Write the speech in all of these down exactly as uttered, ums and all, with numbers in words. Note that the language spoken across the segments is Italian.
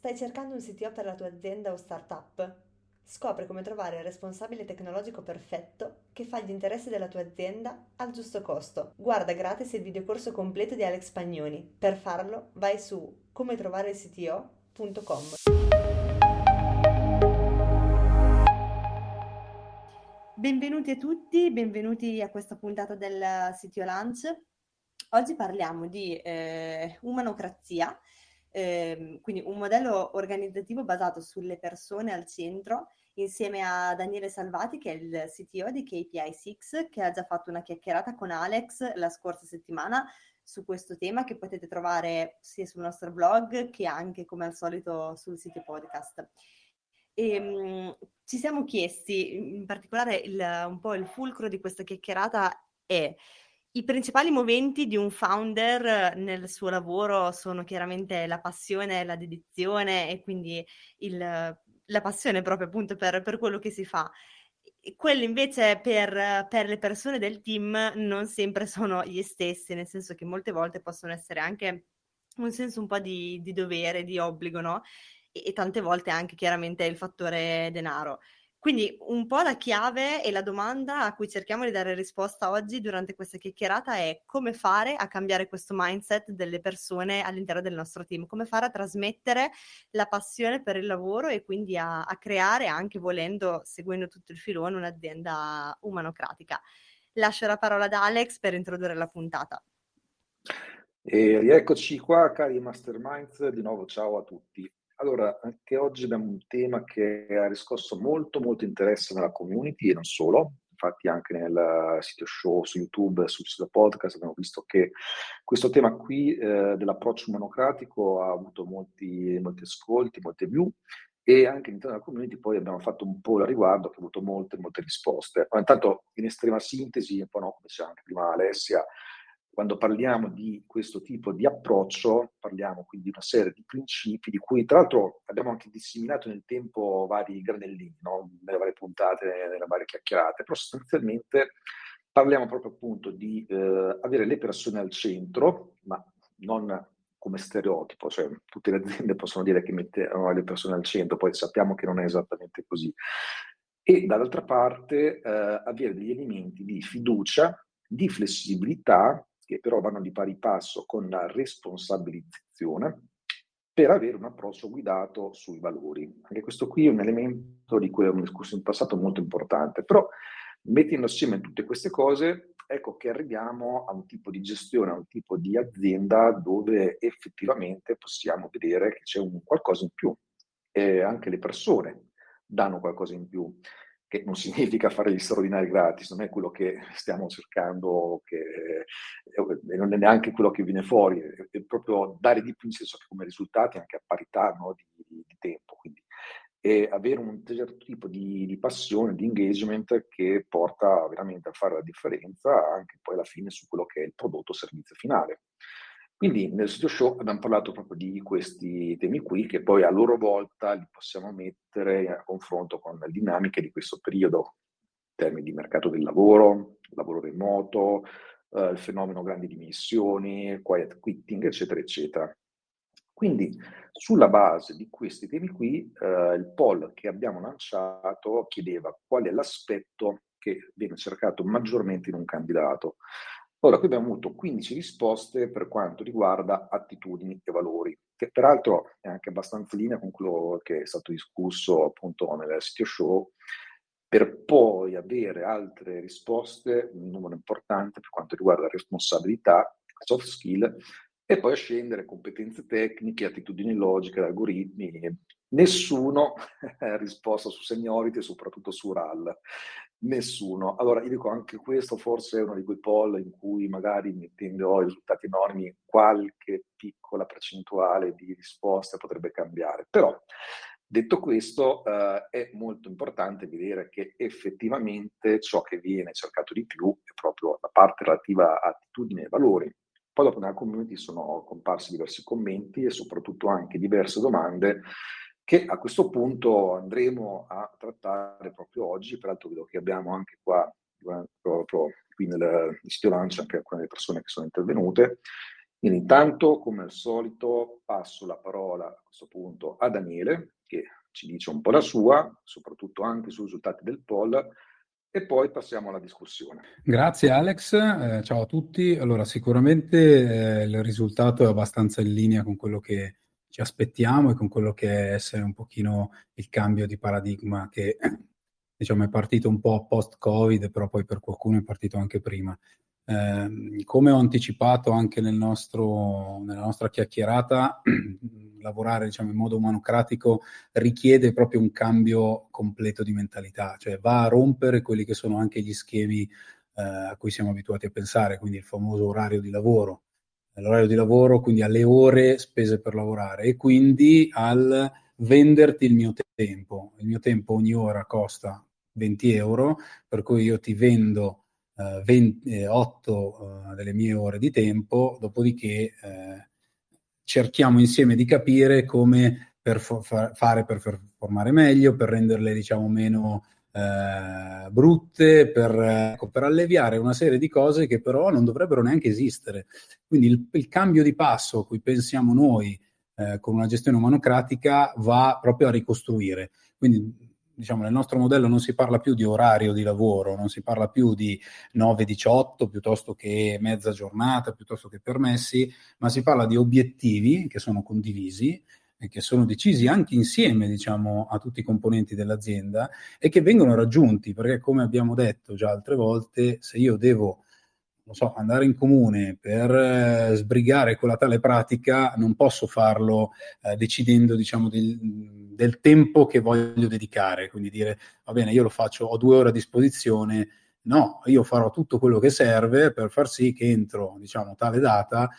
Stai cercando un C T O per la tua azienda o startup? Scopri come trovare il responsabile tecnologico perfetto che fa gli interessi della tua azienda al giusto costo. Guarda gratis il videocorso completo di Alex Pagnoni. Per farlo, vai su come trovare il C T O punto com. Benvenuti a tutti, benvenuti a questa puntata del C T O Lunch. Oggi parliamo di eh, umanocrazia, ehm, quindi un modello organizzativo basato sulle persone al centro, insieme a Daniele Salvati, che è il C T O di K P I sei, che ha già fatto una chiacchierata con Alex la scorsa settimana su questo tema, che potete trovare sia sul nostro blog che anche, come al solito, sul sito podcast. E, mh, ci siamo chiesti, in particolare il, un po' il fulcro di questa chiacchierata è: i principali moventi di un founder nel suo lavoro sono chiaramente la passione, la dedizione e quindi il, la passione proprio appunto per, per quello che si fa. E quello invece per, per le persone del team non sempre sono gli stessi, nel senso che molte volte possono essere anche un senso un po' di, di dovere, di obbligo, no? E, e tante volte anche chiaramente il fattore denaro. Quindi un po' la chiave e la domanda a cui cerchiamo di dare risposta oggi durante questa chiacchierata è: come fare a cambiare questo mindset delle persone all'interno del nostro team, come fare a trasmettere la passione per il lavoro e quindi a, a creare, anche volendo, seguendo tutto il filone, un'azienda umanocratica. Lascio la parola ad Alex per introdurre la puntata. E rieccoci qua, cari Masterminds, di nuovo ciao a tutti. Allora, anche oggi abbiamo un tema che ha riscosso molto molto interesse nella community e non solo. Infatti anche nel sito show su YouTube, sul sito podcast abbiamo visto che questo tema qui eh, dell'approccio monocratico ha avuto molti, molti ascolti, molte view, e anche all'interno della community poi abbiamo fatto un po' a riguardo, che ha avuto molte molte risposte. Ma intanto, in estrema sintesi, un po' no, come diceva anche prima Alessia, quando parliamo di questo tipo di approccio, parliamo quindi di una serie di principi di cui tra l'altro abbiamo anche disseminato nel tempo vari granellini, no? Nelle varie puntate, nelle varie chiacchierate, però sostanzialmente parliamo proprio appunto di eh, avere le persone al centro, ma non come stereotipo, cioè tutte le aziende possono dire che mettono le persone al centro, poi sappiamo che non è esattamente così. E dall'altra parte eh, avere degli elementi di fiducia, di flessibilità, che però vanno di pari passo con la responsabilizzazione, per avere un approccio guidato sui valori. Anche questo qui è un elemento di cui abbiamo discusso in passato molto importante, però mettendo assieme tutte queste cose, ecco che arriviamo a un tipo di gestione, a un tipo di azienda dove effettivamente possiamo vedere che c'è un qualcosa in più, e anche le persone danno qualcosa in più, che non significa fare gli straordinari gratis, non è quello che stiamo cercando, che, e non è neanche quello che viene fuori, è, è proprio dare di più, in senso che come risultati anche a parità, no, di, di, di tempo, quindi e avere un certo tipo di, di passione, di engagement che porta veramente a fare la differenza anche poi alla fine su quello che è il prodotto o servizio finale. Quindi nel sito show abbiamo parlato proprio di questi temi qui, che poi a loro volta li possiamo mettere a confronto con le dinamiche di questo periodo, in termini di mercato del lavoro, lavoro remoto, eh, il fenomeno grandi dimissioni, quiet quitting, eccetera, eccetera. Quindi sulla base di questi temi qui, eh, il poll che abbiamo lanciato chiedeva qual è l'aspetto che viene cercato maggiormente in un candidato. Ora, qui abbiamo avuto quindici risposte per quanto riguarda attitudini e valori, che peraltro è anche abbastanza in linea con quello che è stato discusso appunto nel sito show, per poi avere altre risposte, un numero importante per quanto riguarda responsabilità, soft skill, e poi a scendere competenze tecniche, attitudini logiche, algoritmi. Nessuno ha risposto su seniority e soprattutto su R A L. Nessuno. Allora, io dico, anche questo forse è uno di quei poll in cui magari mettendo risultati enormi qualche piccola percentuale di risposte potrebbe cambiare. Però, detto questo, eh, è molto importante vedere che effettivamente ciò che viene cercato di più è proprio la parte relativa a attitudini e valori. Poi dopo nella community sono comparsi diversi commenti e soprattutto anche diverse domande che a questo punto andremo a trattare proprio oggi. Peraltro vedo che abbiamo anche qua, proprio qui nel sito Lunch, anche alcune delle persone che sono intervenute, Quindi intanto, come al solito, passo la parola a questo punto a Daniele, che ci dice un po' la sua, soprattutto anche sui risultati del poll, e poi passiamo alla discussione. Grazie Alex, eh, ciao a tutti. Allora, sicuramente eh, il risultato è abbastanza in linea con quello che ci aspettiamo e con quello che è essere un pochino il cambio di paradigma che diciamo è partito un po' post-Covid, però poi per qualcuno è partito anche prima. Eh, come ho anticipato anche nel nostro, nella nostra chiacchierata, lavorare diciamo, in modo monocratico richiede proprio un cambio completo di mentalità, cioè va a rompere quelli che sono anche gli schemi eh, a cui siamo abituati a pensare, quindi il famoso orario di lavoro. L'orario di lavoro, quindi alle ore spese per lavorare e quindi al venderti il mio tempo. Il mio tempo ogni ora costa venti euro, per cui io ti vendo Uh, venti, eh, otto uh, delle mie ore di tempo, dopodiché eh, cerchiamo insieme di capire come per fo- fa- fare per performare meglio, per renderle diciamo meno eh, brutte, per, ecco, per alleviare una serie di cose che però non dovrebbero neanche esistere. Quindi il, il cambio di passo a cui pensiamo noi eh, con una gestione monocratica va proprio a ricostruire. Quindi diciamo, nel nostro modello non si parla più di orario di lavoro, non si parla più di nove diciotto piuttosto che mezza giornata, piuttosto che permessi, ma si parla di obiettivi che sono condivisi e che sono decisi anche insieme, diciamo, a tutti i componenti dell'azienda e che vengono raggiunti, perché come abbiamo detto già altre volte, se io devo non so, andare in comune per eh, sbrigare quella tale pratica, non posso farlo eh, decidendo, diciamo, del, del tempo che voglio dedicare. Quindi dire, va bene, io lo faccio, ho due ore a disposizione. No, io farò tutto quello che serve per far sì che entro, diciamo, tale data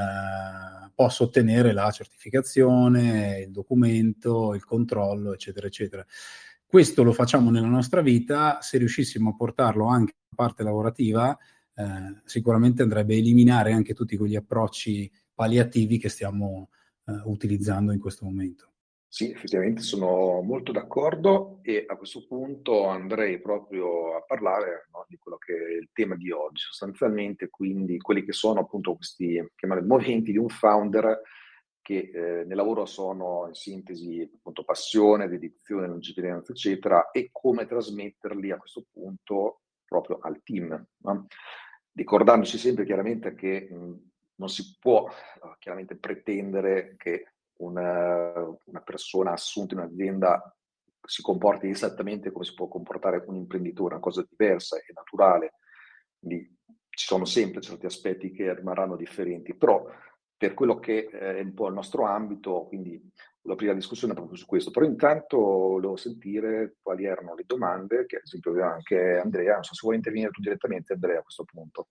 eh, posso ottenere la certificazione, il documento, il controllo, eccetera, eccetera. Questo lo facciamo nella nostra vita, se riuscissimo a portarlo anche alla parte lavorativa, eh, sicuramente andrebbe a eliminare anche tutti quegli approcci palliativi che stiamo eh, utilizzando in questo momento. Sì, effettivamente sono molto d'accordo e a questo punto andrei proprio a parlare, no, di quello che è il tema di oggi, sostanzialmente quindi quelli che sono appunto questi chiamati movimenti di un founder che eh, nel lavoro sono in sintesi appunto passione, dedizione, lungimiranza eccetera e come trasmetterli a questo punto proprio al team, no? Ricordandoci sempre chiaramente che mh, non si può uh, chiaramente pretendere che una, una persona assunta in un'azienda si comporti esattamente come si può comportare un imprenditore, una cosa diversa e naturale. Quindi ci sono sempre certi aspetti che rimarranno differenti, però per quello che è un po' il nostro ambito, quindi volevo aprire la discussione proprio su questo. Però intanto volevo sentire quali erano le domande, che ad esempio aveva anche Andrea, non so se vuoi intervenire tu direttamente Andrea a questo punto.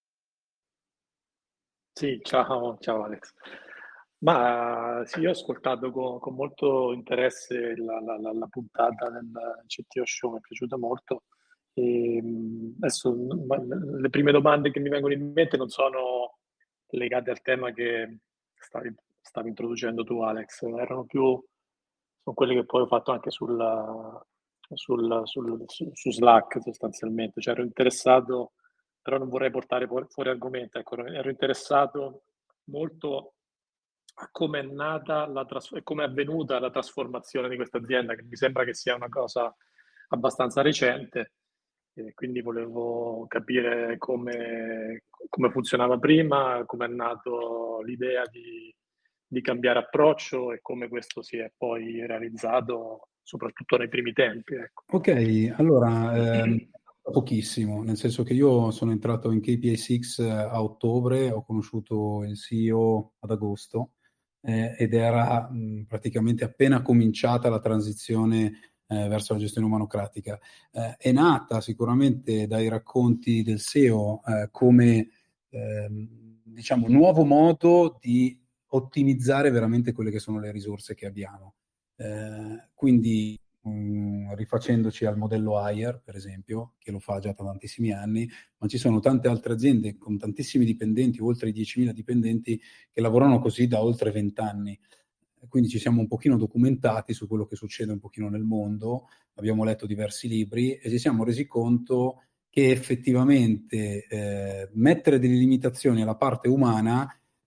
Sì, ciao, ciao Alex. Ma sì, io ho ascoltato con, con molto interesse la, la- la- la puntata del C T O Show, mi è piaciuta molto. E, mh, adesso ma- le prime domande che mi vengono in mente non sono legate al tema che stavi, stavi introducendo tu, Alex, erano più sono quelle che poi ho fatto anche sul, sul- sul- su, su Slack sostanzialmente. Cioè ero interessato, però non vorrei portare fuori, fuori argomento, ecco, ero interessato molto a come è nata la tras- e come è avvenuta la trasformazione di questa azienda, che mi sembra che sia una cosa abbastanza recente, e quindi volevo capire come, come funzionava prima, come è nato l'idea di, di cambiare approccio e come questo si è poi realizzato, soprattutto nei primi tempi. Ecco. Ok, allora, ehm, pochissimo, nel senso che io sono entrato in K P I sei a ottobre, ho conosciuto il C E O ad agosto eh, ed era mh, praticamente appena cominciata la transizione eh, verso la gestione monocratica. Eh, è nata sicuramente dai racconti del C E O eh, come ehm, diciamo nuovo modo di ottimizzare veramente quelle che sono le risorse che abbiamo. Eh, quindi mh, rifacendoci al modello Hire, per esempio, che lo fa già da tantissimi anni, ma ci sono tante altre aziende con tantissimi dipendenti, oltre i diecimila dipendenti, che lavorano così da oltre venti anni. Quindi ci siamo un pochino documentati su quello che succede un pochino nel mondo, abbiamo letto diversi libri e ci siamo resi conto che effettivamente eh, mettere delle limitazioni alla parte umana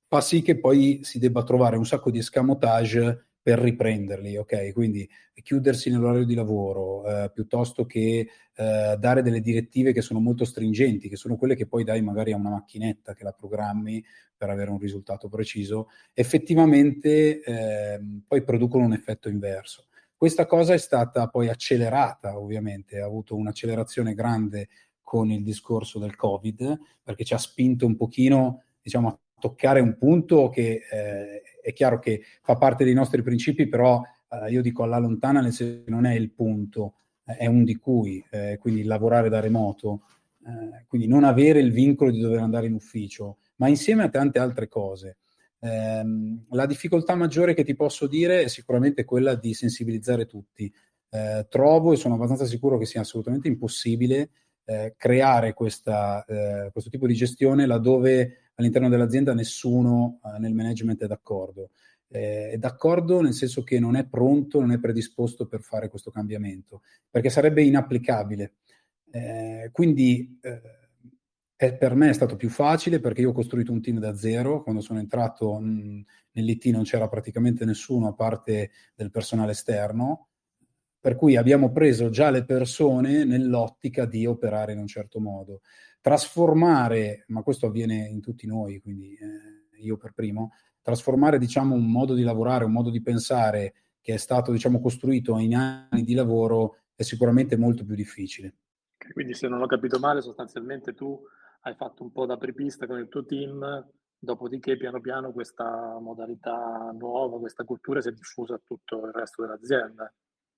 fa sì che poi si debba trovare un sacco di escamotage per riprenderli, ok? Quindi chiudersi nell'orario di lavoro, eh, piuttosto che eh, dare delle direttive che sono molto stringenti, che sono quelle che poi dai magari a una macchinetta che la programmi per avere un risultato preciso, effettivamente eh, poi producono un effetto inverso. Questa cosa è stata poi accelerata, ovviamente, ha avuto un'accelerazione grande con il discorso del Covid, perché ci ha spinto un pochino, diciamo, a toccare un punto che eh, è chiaro che fa parte dei nostri principi, però eh, io dico alla lontana, nel senso che non è il punto, eh, è un di cui, eh, quindi lavorare da remoto, eh, quindi non avere il vincolo di dover andare in ufficio, ma insieme a tante altre cose. Eh, la difficoltà maggiore che ti posso dire è sicuramente quella di sensibilizzare tutti. Eh, trovo e sono abbastanza sicuro che sia assolutamente impossibile eh, creare questa, eh, questo tipo di gestione laddove all'interno dell'azienda nessuno eh, nel management è d'accordo. Eh, è d'accordo nel senso che non è pronto, non è predisposto per fare questo cambiamento, perché sarebbe inapplicabile. Eh, quindi eh, è, per me è stato più facile perché io ho costruito un team da zero. Quando sono entrato mh, nell'I T non c'era praticamente nessuno a parte del personale esterno, per cui abbiamo preso già le persone nell'ottica di operare in un certo modo. Trasformare, ma questo avviene in tutti noi, quindi eh, io per primo, trasformare diciamo un modo di lavorare, un modo di pensare che è stato diciamo costruito in anni di lavoro è sicuramente molto più difficile. Quindi se non ho capito male, sostanzialmente tu hai fatto un po' da apripista con il tuo team, dopodiché piano piano questa modalità nuova, questa cultura si è diffusa a tutto il resto dell'azienda.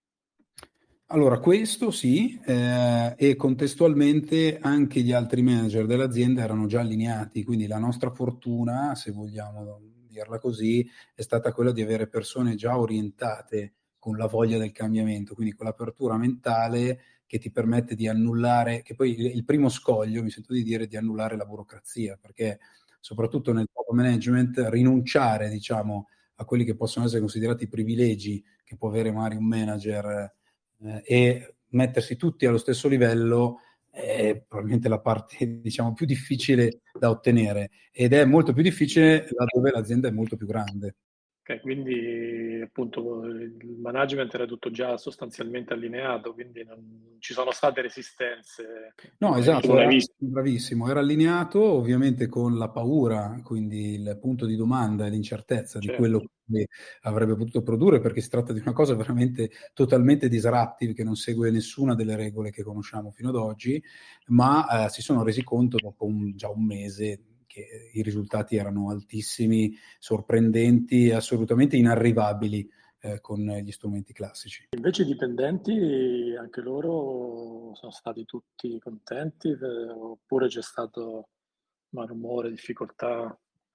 Allora, questo sì, eh, e contestualmente anche gli altri manager dell'azienda erano già allineati, quindi la nostra fortuna, se vogliamo dirla così, è stata quella di avere persone già orientate con la voglia del cambiamento, quindi con l'apertura mentale che ti permette di annullare, che poi il, il primo scoglio, mi sento di dire, di annullare la burocrazia, perché soprattutto nel top management rinunciare, diciamo, a quelli che possono essere considerati privilegi che può avere magari un manager eh, e mettersi tutti allo stesso livello è probabilmente la parte diciamo più difficile da ottenere, ed è molto più difficile laddove l'azienda è molto più grande. Ok, quindi appunto il management era tutto già sostanzialmente allineato, quindi non ci sono state resistenze. No, Tu esatto, l'hai era visto. bravissimo, era allineato ovviamente con la paura, quindi il punto di domanda e l'incertezza di Certo. quello che avrebbe potuto produrre, perché si tratta di una cosa veramente totalmente disruptive che non segue nessuna delle regole che conosciamo fino ad oggi, ma eh, si sono resi conto dopo un, già un mese che i risultati erano altissimi, sorprendenti e assolutamente inarrivabili eh, con gli strumenti classici. Invece i dipendenti, anche loro sono stati tutti contenti, eh, oppure c'è stato malumore, difficoltà,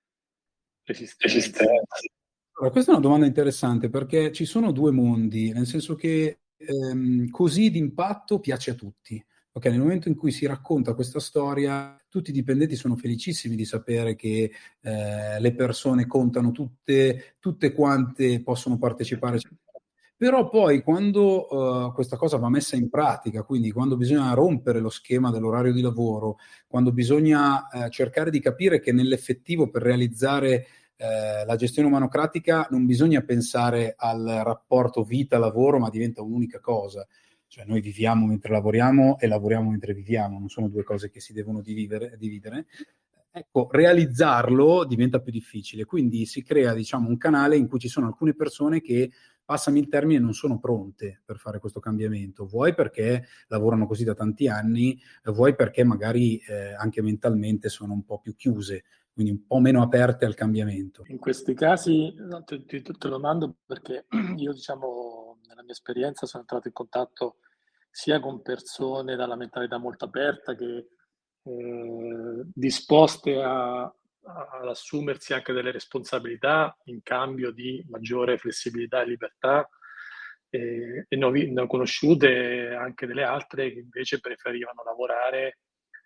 resistenza? Allora, questa è una domanda interessante perché ci sono due mondi, nel senso che ehm, così d'impatto piace a tutti. Ok, nel momento in cui si racconta questa storia, tutti i dipendenti sono felicissimi di sapere che eh, le persone contano tutte, tutte quante possono partecipare. Però poi quando uh, questa cosa va messa in pratica, quindi quando bisogna rompere lo schema dell'orario di lavoro, quando bisogna uh, cercare di capire che nell'effettivo per realizzare uh, la gestione umanocratica non bisogna pensare al rapporto vita-lavoro, ma diventa un'unica cosa. Cioè noi viviamo mentre lavoriamo e lavoriamo mentre viviamo, non sono due cose che si devono dividere. dividere. Ecco, realizzarlo diventa più difficile, quindi si crea, diciamo, un canale in cui ci sono alcune persone che, passami il termine, non sono pronte per fare questo cambiamento, vuoi perché lavorano così da tanti anni, vuoi perché magari eh, anche mentalmente sono un po' più chiuse, quindi un po' meno aperte al cambiamento. In questi casi, no, te, te, te lo mando perché io, diciamo, nella mia esperienza sono entrato in contatto sia con persone dalla mentalità molto aperta che eh, disposte a, a, ad assumersi anche delle responsabilità in cambio di maggiore flessibilità e libertà, e, e ne ho, ne ho conosciute anche delle altre che invece preferivano lavorare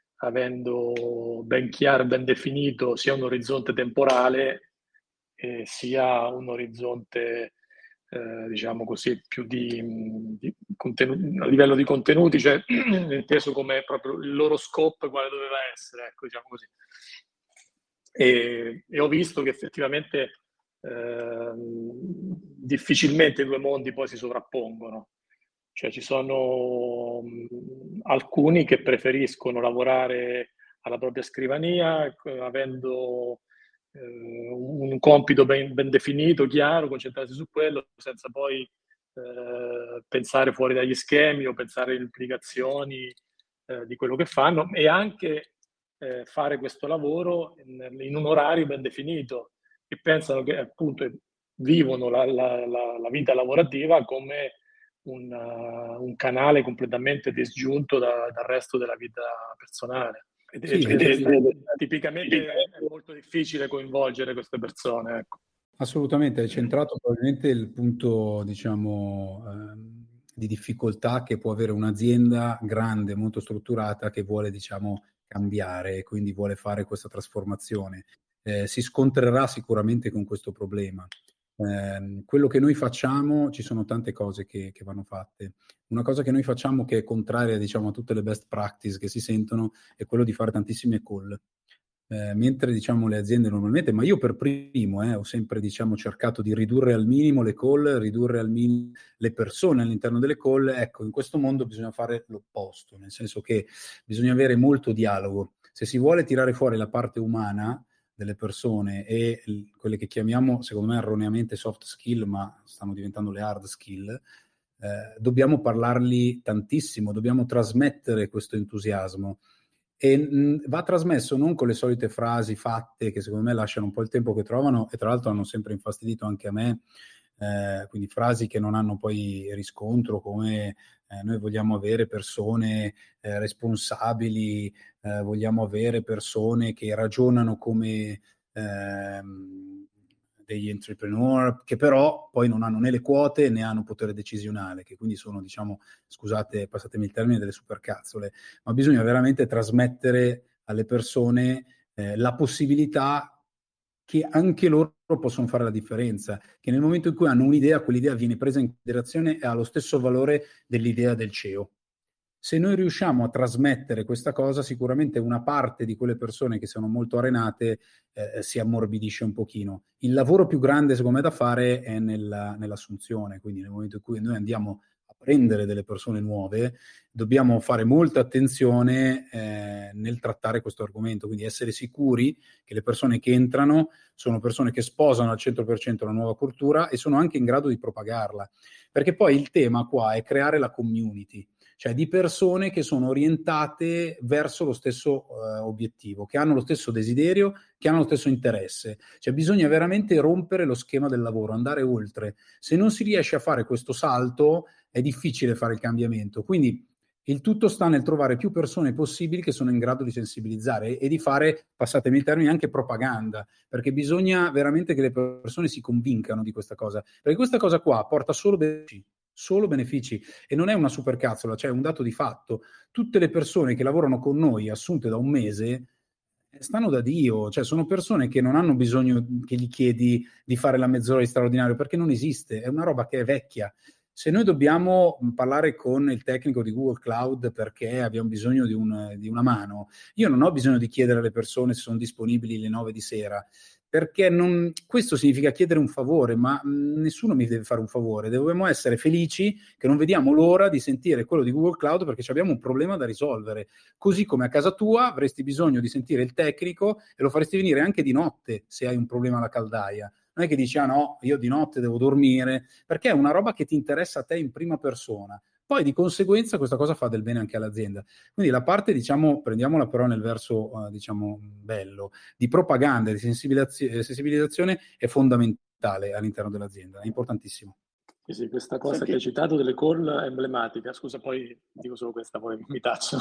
avendo ben chiaro, ben definito sia un orizzonte temporale eh, sia un orizzonte eh, diciamo così più di, di contenuti, a livello di contenuti, cioè inteso come proprio il loro scope quale doveva essere, ecco, diciamo così. e, e ho visto che effettivamente eh, difficilmente i due mondi poi si sovrappongono. Cioè ci sono mh, alcuni che preferiscono lavorare alla propria scrivania, avendo eh, un compito ben, ben definito, chiaro, concentrarsi su quello, senza poi eh, pensare fuori dagli schemi o pensare alle implicazioni eh, di quello che fanno, e anche eh, fare questo lavoro in, in un orario ben definito, e pensano che appunto vivono la, la, la, la vita lavorativa come un, uh, un canale completamente disgiunto da, dal resto della vita personale. Ed, Sì, ed, ed, ed, tipicamente è molto difficile coinvolgere queste persone. Ecco. Assolutamente, hai centrato probabilmente il punto, diciamo, ehm, di difficoltà che può avere un'azienda grande, molto strutturata, che vuole, diciamo, cambiare e quindi vuole fare questa trasformazione. Eh, si scontrerà sicuramente con questo problema. Eh, quello che noi facciamo, ci sono tante cose che, che vanno fatte. Una cosa che noi facciamo che è contraria, diciamo, a tutte le best practice che si sentono è quello di fare tantissime call. Eh, mentre diciamo le aziende normalmente, ma io per primo eh, ho sempre diciamo cercato di ridurre al minimo le call, ridurre al minimo le persone all'interno delle call. Ecco, in questo mondo bisogna fare l'opposto, nel senso che bisogna avere molto dialogo. Se si vuole tirare fuori la parte umana delle persone e l- quelle che chiamiamo secondo me erroneamente soft skill, ma stanno diventando le hard skill, eh, dobbiamo parlarli tantissimo, dobbiamo trasmettere questo entusiasmo. E mh, va trasmesso non con le solite frasi fatte che secondo me lasciano un po' il tempo che trovano, e tra l'altro hanno sempre infastidito anche a me, eh, quindi frasi che non hanno poi riscontro, come eh, noi vogliamo avere persone eh, responsabili, eh, vogliamo avere persone che ragionano come ehm, degli entrepreneur, che però poi non hanno né le quote né hanno potere decisionale, che quindi sono, diciamo, scusate, passatemi il termine, delle supercazzole. Ma bisogna veramente trasmettere alle persone eh, la possibilità che anche loro possono fare la differenza, che nel momento in cui hanno un'idea, quell'idea viene presa in considerazione e ha lo stesso valore dell'idea del C E O. Se noi riusciamo a trasmettere questa cosa, sicuramente una parte di quelle persone che sono molto arenate eh, si ammorbidisce un pochino. Il lavoro più grande, secondo me, da fare è nella, nell'assunzione, quindi nel momento in cui noi andiamo a prendere delle persone nuove, dobbiamo fare molta attenzione eh, nel trattare questo argomento, quindi essere sicuri che le persone che entrano sono persone che sposano al cento per cento la nuova cultura e sono anche in grado di propagarla, perché poi il tema qua è creare la community, cioè di persone che sono orientate verso lo stesso eh, obiettivo, che hanno lo stesso desiderio, che hanno lo stesso interesse. Cioè bisogna veramente rompere lo schema del lavoro, andare oltre. Se non si riesce a fare questo salto, è difficile fare il cambiamento. Quindi il tutto sta nel trovare più persone possibili che sono in grado di sensibilizzare e, e di fare, passatemi il termine, anche propaganda, perché bisogna veramente che le persone si convincano di questa cosa, perché questa cosa qua porta solo benefici. Solo benefici, e non è una supercazzola, cioè un dato di fatto. Tutte le persone che lavorano con noi assunte da un mese stanno da Dio, cioè sono persone che non hanno bisogno che gli chiedi di fare la mezz'ora di straordinario, perché non esiste, è una roba che è vecchia. Se noi dobbiamo parlare con il tecnico di Google Cloud perché abbiamo bisogno di, un, di una mano, io non ho bisogno di chiedere alle persone se sono disponibili le nove di sera, perché non, questo significa chiedere un favore, ma mh, nessuno mi deve fare un favore, dobbiamo essere felici che non vediamo l'ora di sentire quello di Google Cloud perché abbiamo un problema da risolvere, così come a casa tua avresti bisogno di sentire il tecnico e lo faresti venire anche di notte se hai un problema alla caldaia. Non è che dici, ah no, io di notte devo dormire, perché è una roba che ti interessa a te in prima persona. Poi di conseguenza questa cosa fa del bene anche all'azienda. Quindi la parte, diciamo, prendiamola però nel verso, uh, diciamo, bello, di propaganda e di sensibilizzazione, sensibilizzazione è fondamentale all'interno dell'azienda, è importantissimo. Sì, sì, questa cosa Senti. Che hai citato delle call è emblematica. Scusa, poi dico solo questa, poi mi taccio.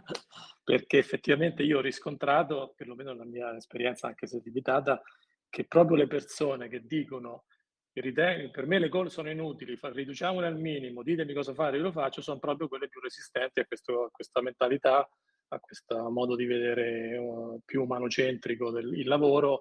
Perché effettivamente io ho riscontrato, perlomeno nella mia esperienza, anche se limitata, che proprio le persone che dicono ritengo, per me le call sono inutili, riduciamole al minimo, ditemi cosa fare, io lo faccio, sono proprio quelle più resistenti a, questo, a questa mentalità, a questo modo di vedere uh, più umanocentrico del il lavoro.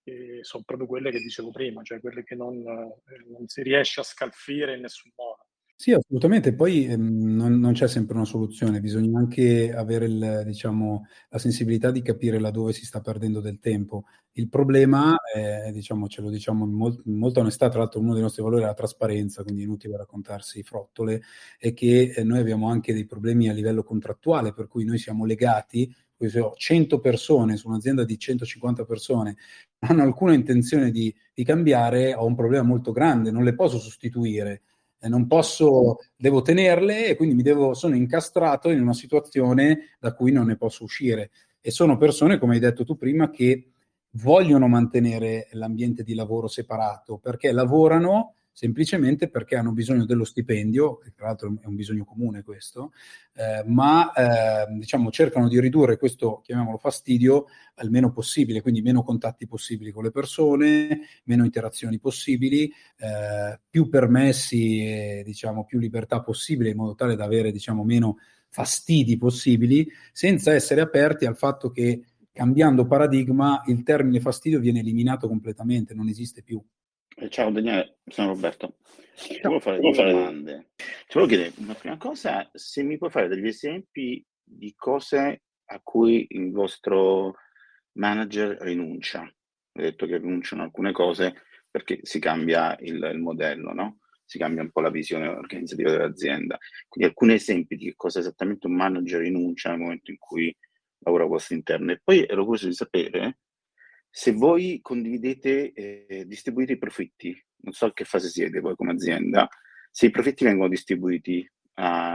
E sono proprio quelle che dicevo prima, cioè quelle che non, non si riesce a scalfire in nessun modo. Sì, assolutamente. Poi ehm, non, non c'è sempre una soluzione, bisogna anche avere il, diciamo, la sensibilità di capire laddove si sta perdendo del tempo. Il problema, è, diciamo, ce lo diciamo in molt- in molta onestà, tra l'altro uno dei nostri valori è la trasparenza, quindi è inutile raccontarsi frottole, è che eh, noi abbiamo anche dei problemi a livello contrattuale, per cui noi siamo legati, se ho cento persone su un'azienda di centocinquanta persone, non hanno alcuna intenzione di, di cambiare, ho un problema molto grande, non le posso sostituire. Eh, non posso, devo tenerle e quindi mi devo, sono incastrato in una situazione da cui non ne posso uscire. E sono persone, come hai detto tu prima, che vogliono mantenere l'ambiente di lavoro separato perché lavorano semplicemente perché hanno bisogno dello stipendio, che tra l'altro è un bisogno comune questo, eh, ma eh, diciamo cercano di ridurre questo, chiamiamolo fastidio, al meno possibile, quindi meno contatti possibili con le persone, meno interazioni possibili, eh, più permessi e diciamo più libertà possibile in modo tale da avere diciamo meno fastidi possibili, senza essere aperti al fatto che cambiando paradigma il termine fastidio viene eliminato completamente, non esiste più. Ciao Daniele, sono Roberto. Ti volevo fare due domande. Ti volevo chiedere una prima cosa, se mi puoi fare degli esempi di cose a cui il vostro manager rinuncia. Hai detto che rinunciano alcune cose perché si cambia il, il modello, no? Si cambia un po' la visione organizzativa dell'azienda. Quindi alcuni esempi di cosa esattamente un manager rinuncia nel momento in cui lavora a vostro interno. E poi ero curioso di sapere se voi condividete, eh, distribuite i profitti, non so a che fase siete voi come azienda, se i profitti vengono distribuiti a,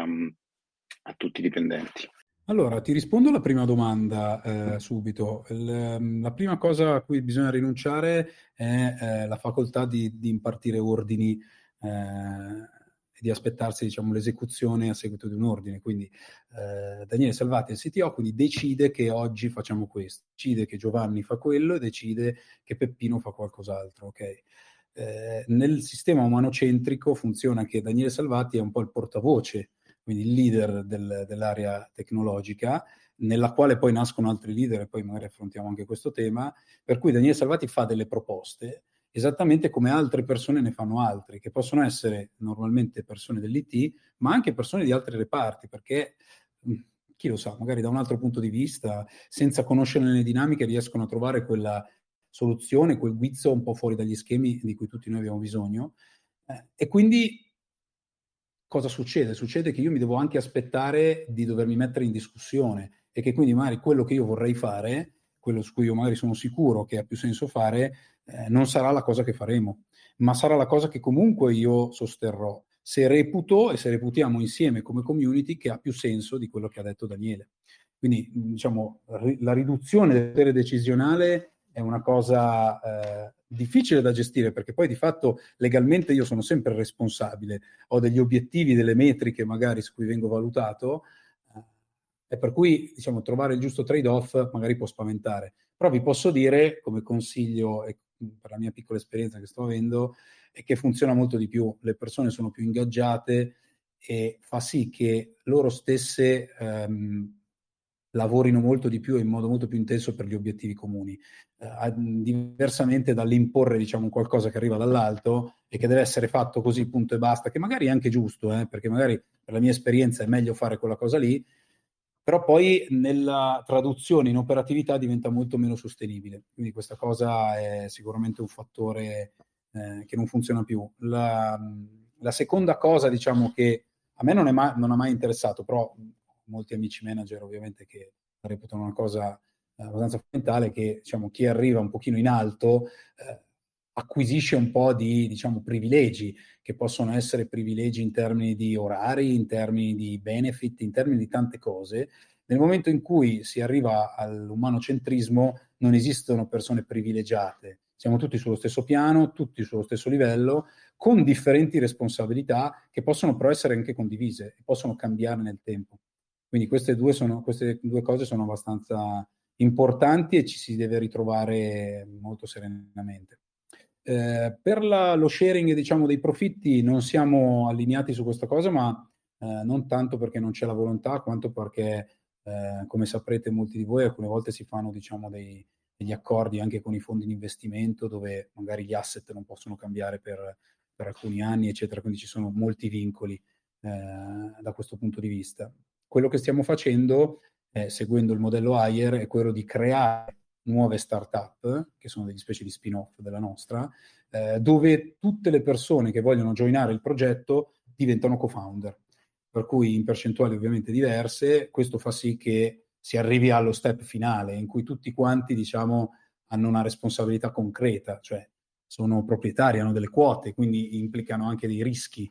a tutti i dipendenti. Allora, ti rispondo alla prima domanda eh, subito. Il, la prima cosa a cui bisogna rinunciare è eh, la facoltà di, di impartire ordini eh, e di aspettarsi, diciamo, l'esecuzione a seguito di un ordine. Quindi eh, Daniele Salvati è il C T O, quindi decide che oggi facciamo questo, decide che Giovanni fa quello e decide che Peppino fa qualcos'altro, ok? Eh, nel sistema umanocentrico funziona che Daniele Salvati è un po' il portavoce, quindi il leader del, dell'area tecnologica, nella quale poi nascono altri leader e poi magari affrontiamo anche questo tema, per cui Daniele Salvati fa delle proposte esattamente come altre persone ne fanno altre, che possono essere normalmente persone dell'I T, ma anche persone di altri reparti, perché chi lo sa, magari da un altro punto di vista, senza conoscere le dinamiche, riescono a trovare quella soluzione, quel guizzo un po' fuori dagli schemi di cui tutti noi abbiamo bisogno. Eh, e quindi cosa succede? Succede che io mi devo anche aspettare di dovermi mettere in discussione e che quindi magari quello che io vorrei fare, quello su cui io magari sono sicuro che ha più senso fare, eh, non sarà la cosa che faremo, ma sarà la cosa che comunque io sosterrò, se reputo e se reputiamo insieme come community che ha più senso di quello che ha detto Daniele. Quindi, diciamo, la riduzione del potere decisionale è una cosa eh, difficile da gestire, perché poi di fatto legalmente io sono sempre responsabile, ho degli obiettivi, delle metriche magari su cui vengo valutato, eh, e per cui diciamo trovare il giusto trade-off magari può spaventare. Però vi posso dire, come consiglio e per la mia piccola esperienza che sto avendo, è che funziona molto di più, le persone sono più ingaggiate e fa sì che loro stesse ehm, lavorino molto di più e in modo molto più intenso per gli obiettivi comuni, eh, diversamente dall'imporre diciamo qualcosa che arriva dall'alto e che deve essere fatto così punto e basta, che magari è anche giusto, eh, perché magari per la mia esperienza è meglio fare quella cosa lì, però poi nella traduzione in operatività diventa molto meno sostenibile, quindi questa cosa è sicuramente un fattore eh, che non funziona più. La, la seconda cosa diciamo che a me non, è mai, non ha mai interessato, però molti amici manager ovviamente che la reputano una cosa eh, abbastanza fondamentale, che diciamo chi arriva un pochino in alto eh, acquisisce un po' di diciamo privilegi, che possono essere privilegi in termini di orari, in termini di benefit, in termini di tante cose. Nel momento in cui si arriva all'umanocentrismo non esistono persone privilegiate, siamo tutti sullo stesso piano, tutti sullo stesso livello, con differenti responsabilità che possono però essere anche condivise e possono cambiare nel tempo. Quindi queste due, sono, queste due cose sono abbastanza importanti e ci si deve ritrovare molto serenamente. Eh, per la, lo sharing diciamo, dei profitti non siamo allineati su questa cosa, ma eh, non tanto perché non c'è la volontà, quanto perché, eh, come saprete molti di voi, alcune volte si fanno diciamo, dei, degli accordi anche con i fondi di investimento dove magari gli asset non possono cambiare per, per alcuni anni, eccetera, quindi ci sono molti vincoli. eh, da questo punto di vista. Quello che stiamo facendo, eh, seguendo il modello Hire, è quello di creare nuove start-up, che sono degli specie di spin-off della nostra, eh, dove tutte le persone che vogliono joinare il progetto diventano co-founder, per cui in percentuali ovviamente diverse. Questo fa sì che si arrivi allo step finale, in cui tutti quanti, diciamo, hanno una responsabilità concreta, cioè sono proprietari, hanno delle quote, quindi implicano anche dei rischi.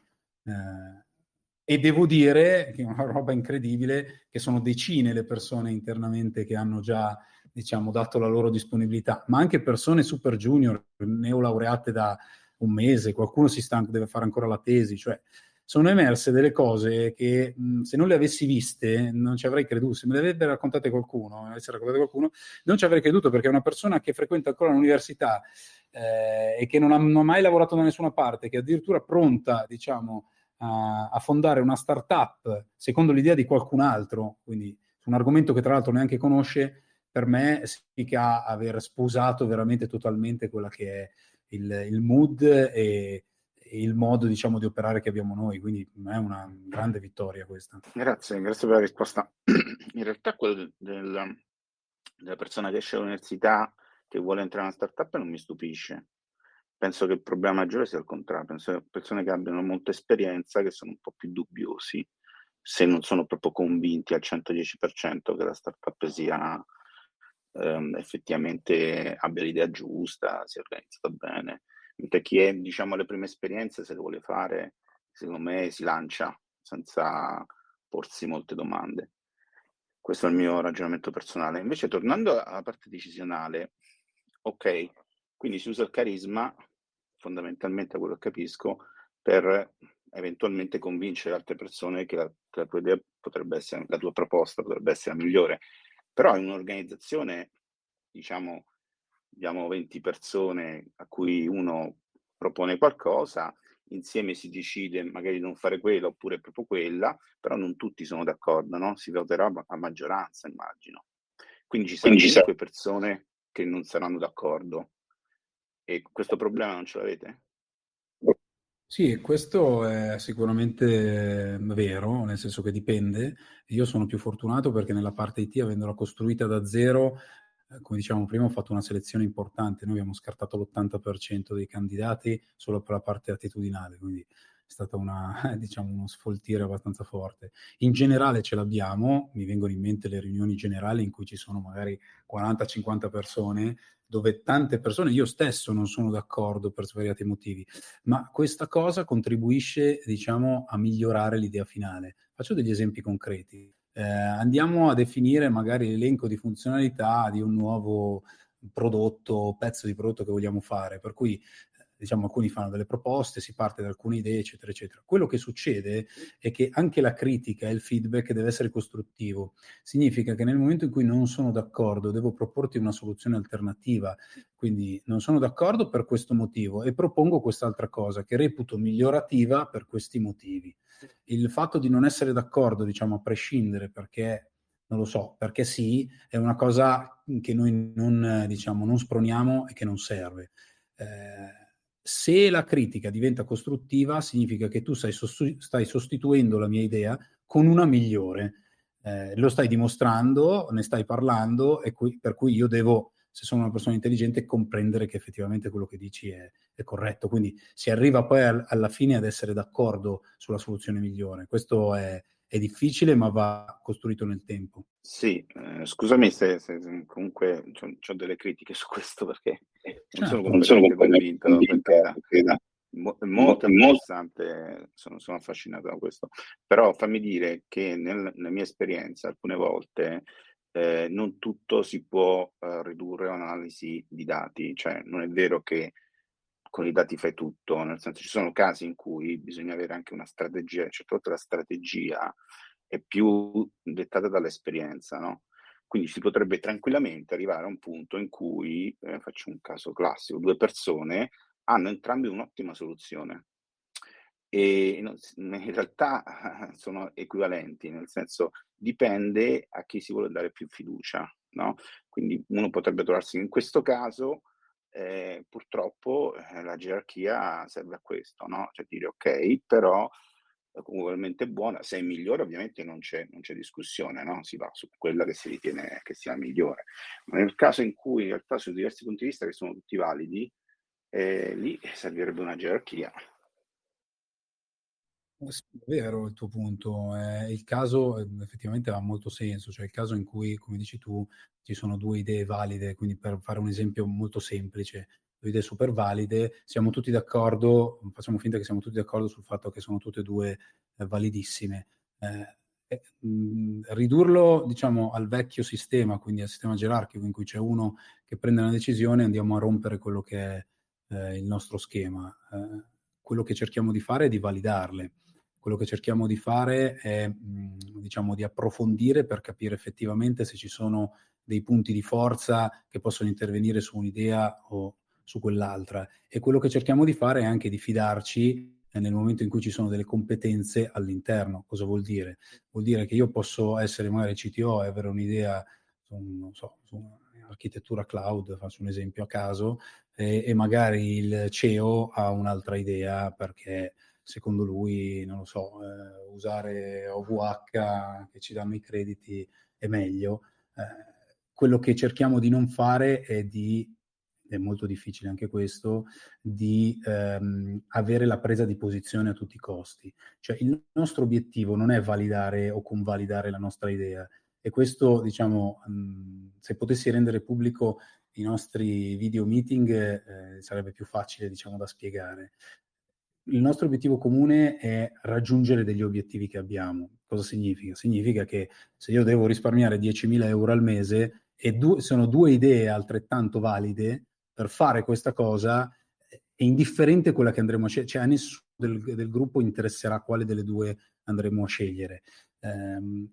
Eh, e devo dire che è una roba incredibile, che sono decine le persone internamente che hanno già, diciamo, dato la loro disponibilità, ma anche persone super junior, neolaureate da un mese, qualcuno si sta, deve fare ancora la tesi, cioè sono emerse delle cose che mh, se non le avessi viste non ci avrei creduto. Se me le avrebbe raccontate qualcuno, me le avesse raccontate qualcuno, non ci avrei creduto, perché è una persona che frequenta ancora l'università eh, e che non ha, non ha mai lavorato da nessuna parte, che è addirittura pronta, diciamo, a, a fondare una startup secondo l'idea di qualcun altro, quindi su un argomento che tra l'altro neanche conosce. Per me significa aver sposato veramente totalmente quella che è il, il mood e il modo, diciamo, di operare che abbiamo noi, quindi è una grande vittoria questa. Grazie, grazie per la risposta. In realtà quello del, del, della persona che esce dall'università che vuole entrare in una startup non mi stupisce. Penso che il problema maggiore sia il contrario, penso che persone che abbiano molta esperienza, che sono un po' più dubbiosi, se non sono proprio convinti al centodieci per cento che la startup sia ehm, effettivamente abbia l'idea giusta, sia organizzata bene. Mentre chi è, diciamo, alle prime esperienze, se le vuole fare, secondo me si lancia senza porsi molte domande. Questo è il mio ragionamento personale. Invece, tornando alla parte decisionale, ok, quindi si usa il carisma, fondamentalmente, quello che capisco, per eventualmente convincere altre persone che la, che la tua idea potrebbe essere, la tua proposta potrebbe essere la migliore. Però in un'organizzazione, diciamo, abbiamo venti persone a cui uno propone qualcosa, insieme si decide magari di non fare quella oppure proprio quella, però non tutti sono d'accordo, no? Si voterà a maggioranza, immagino. Quindi ci saranno comunque persone che non saranno d'accordo. E questo problema non ce l'avete? Sì, questo è sicuramente vero, nel senso che dipende. Io sono più fortunato perché nella parte I T, avendola costruita da zero, eh, come dicevamo prima, ho fatto una selezione importante. Noi abbiamo scartato l'ottanta per cento dei candidati solo per la parte attitudinale, quindi è stata una, diciamo, uno sfoltire abbastanza forte. In generale ce l'abbiamo, mi vengono in mente le riunioni generali in cui ci sono magari quaranta cinquanta persone, dove tante persone, io stesso non sono d'accordo per svariati motivi, ma questa cosa contribuisce, diciamo, a migliorare l'idea finale. Faccio degli esempi concreti. Eh, andiamo a definire magari l'elenco di funzionalità di un nuovo prodotto, pezzo di prodotto che vogliamo fare, per cui diciamo alcuni fanno delle proposte, si parte da alcune idee, eccetera, eccetera. Quello che succede è che anche la critica e il feedback deve essere costruttivo. Significa che nel momento in cui non sono d'accordo, devo proporti una soluzione alternativa. Quindi non sono d'accordo per questo motivo e propongo quest'altra cosa che reputo migliorativa per questi motivi. Il fatto di non essere d'accordo, diciamo, a prescindere perché non lo so, perché sì, è una cosa che noi non, diciamo, non sproniamo e che non serve. Eh, se la critica diventa costruttiva, significa che tu stai, sostu- stai sostituendo la mia idea con una migliore. Eh, lo stai dimostrando, ne stai parlando, e qui, per cui io devo, se sono una persona intelligente, comprendere che effettivamente quello che dici è, è corretto. Quindi si arriva poi al, alla fine ad essere d'accordo sulla soluzione migliore. Questo è, è difficile, ma va costruito nel tempo. Sì, eh, scusami se, se, se comunque ho delle critiche su questo, perché non sono completamente convinto, per carità. Mo- molto interessante, sono, sono affascinato da questo. Però fammi dire che nel, nella mia esperienza alcune volte eh, non tutto si può eh, ridurre a un'analisi di dati, cioè non è vero che con i dati fai tutto, nel senso ci sono casi in cui bisogna avere anche una strategia, certe volte la strategia è più dettata dall'esperienza, no? Quindi si potrebbe tranquillamente arrivare a un punto in cui, eh, faccio un caso classico, due persone hanno entrambi un'ottima soluzione e non, in realtà sono equivalenti, nel senso dipende a chi si vuole dare più fiducia, no? Quindi uno potrebbe trovarsi in questo caso, eh, purtroppo eh, la gerarchia serve a questo, no? Cioè dire ok, però ugualmente buona. Se è migliore ovviamente non c'è, non c'è discussione, no? Si va su quella che si ritiene che sia migliore. Ma nel caso in cui in realtà sono diversi punti di vista che sono tutti validi, eh, lì servirebbe una gerarchia. Sì, è vero il tuo punto. Eh, il caso eh, effettivamente ha molto senso, cioè il caso in cui, come dici tu, ci sono due idee valide, quindi per fare un esempio molto semplice, due idee super valide, siamo tutti d'accordo, facciamo finta che siamo tutti d'accordo sul fatto che sono tutte e due eh, validissime. Eh, eh, mh, ridurlo, diciamo, al vecchio sistema, quindi al sistema gerarchico in cui c'è uno che prende una decisione, andiamo a rompere quello che è eh, il nostro schema. Eh, quello che cerchiamo di fare è di validarle. Quello che cerchiamo di fare è, mh, diciamo, di approfondire per capire effettivamente se ci sono dei punti di forza che possono intervenire su un'idea o su quell'altra. E quello che cerchiamo di fare è anche di fidarci eh, nel momento in cui ci sono delle competenze all'interno. Cosa vuol dire? Vuol dire che io posso essere magari C T O e avere un'idea su, non so, su architettura cloud, faccio un esempio a caso, e, e magari il C E O ha un'altra idea perché secondo lui, non lo so, eh, usare O V H che ci danno i crediti è meglio. Eh, quello che cerchiamo di non fare è di, è molto difficile anche questo, di ehm, avere la presa di posizione a tutti i costi. Cioè il nostro obiettivo non è validare o convalidare la nostra idea, e questo, diciamo, mh, se potessi rendere pubblico i nostri video meeting eh, sarebbe più facile, diciamo, da spiegare. Il nostro obiettivo comune è raggiungere degli obiettivi che abbiamo. Cosa significa? Significa che se io devo risparmiare diecimila euro al mese e due, sono due idee altrettanto valide per fare questa cosa, è indifferente quella che andremo a scegliere, cioè a nessuno del, del gruppo interesserà quale delle due andremo a scegliere. Eh,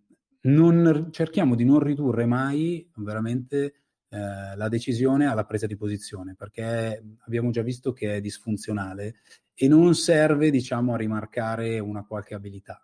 non, cerchiamo di non ridurre mai veramente eh, la decisione alla presa di posizione, perché abbiamo già visto che è disfunzionale e non serve, diciamo, a rimarcare una qualche abilità.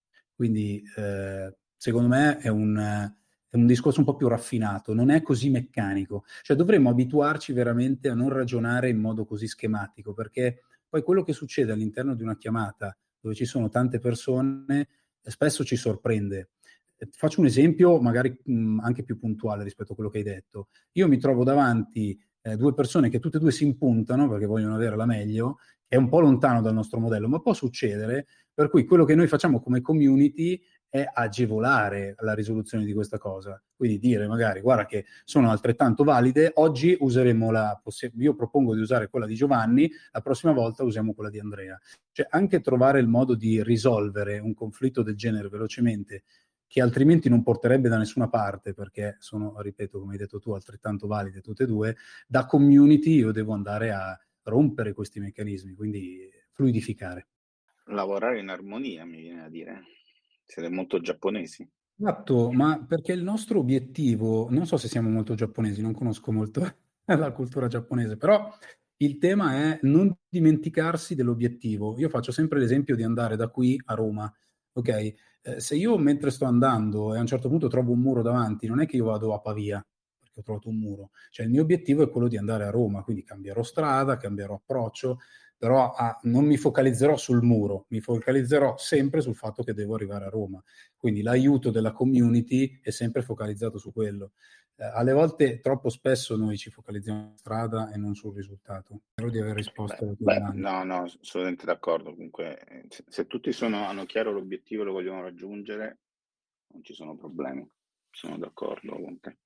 Quindi eh, secondo me è un, è un discorso un po' più raffinato, non è così meccanico. Cioè dovremmo abituarci veramente a non ragionare in modo così schematico, perché poi quello che succede all'interno di una chiamata dove ci sono tante persone spesso ci sorprende. Faccio un esempio magari mh, anche più puntuale rispetto a quello che hai detto. Io mi trovo davanti eh, due persone che tutte e due si impuntano perché vogliono avere la meglio, è un po' lontano dal nostro modello, ma può succedere, per cui quello che noi facciamo come community è agevolare la risoluzione di questa cosa. Quindi dire magari, guarda che sono altrettanto valide, oggi useremo la, io propongo di usare quella di Giovanni, la prossima volta usiamo quella di Andrea. Cioè anche trovare il modo di risolvere un conflitto del genere velocemente, che altrimenti non porterebbe da nessuna parte, perché sono, ripeto, come hai detto tu, altrettanto valide tutte e due, da community io devo andare a rompere questi meccanismi, quindi fluidificare. Lavorare in armonia, mi viene a dire. Siete molto giapponesi. Esatto, ma perché il nostro obiettivo, non so se siamo molto giapponesi, non conosco molto la cultura giapponese, però il tema è non dimenticarsi dell'obiettivo. Io faccio sempre l'esempio di andare da qui a Roma, ok? Eh, se io mentre sto andando e a un certo punto trovo un muro davanti, non è che io vado a Pavia, perché ho trovato un muro. Cioè il mio obiettivo è quello di andare a Roma, quindi cambierò strada, cambierò approccio, però ah, non mi focalizzerò sul muro, mi focalizzerò sempre sul fatto che devo arrivare a Roma. Quindi l'aiuto della community è sempre focalizzato su quello. Eh, alle volte, troppo spesso, noi ci focalizziamo sulla strada e non sul risultato. Spero di aver risposto alla tua domanda. No, no, assolutamente d'accordo. Comunque, se, se tutti sono, hanno chiaro l'obiettivo e lo vogliono raggiungere, non ci sono problemi. Sono d'accordo con te.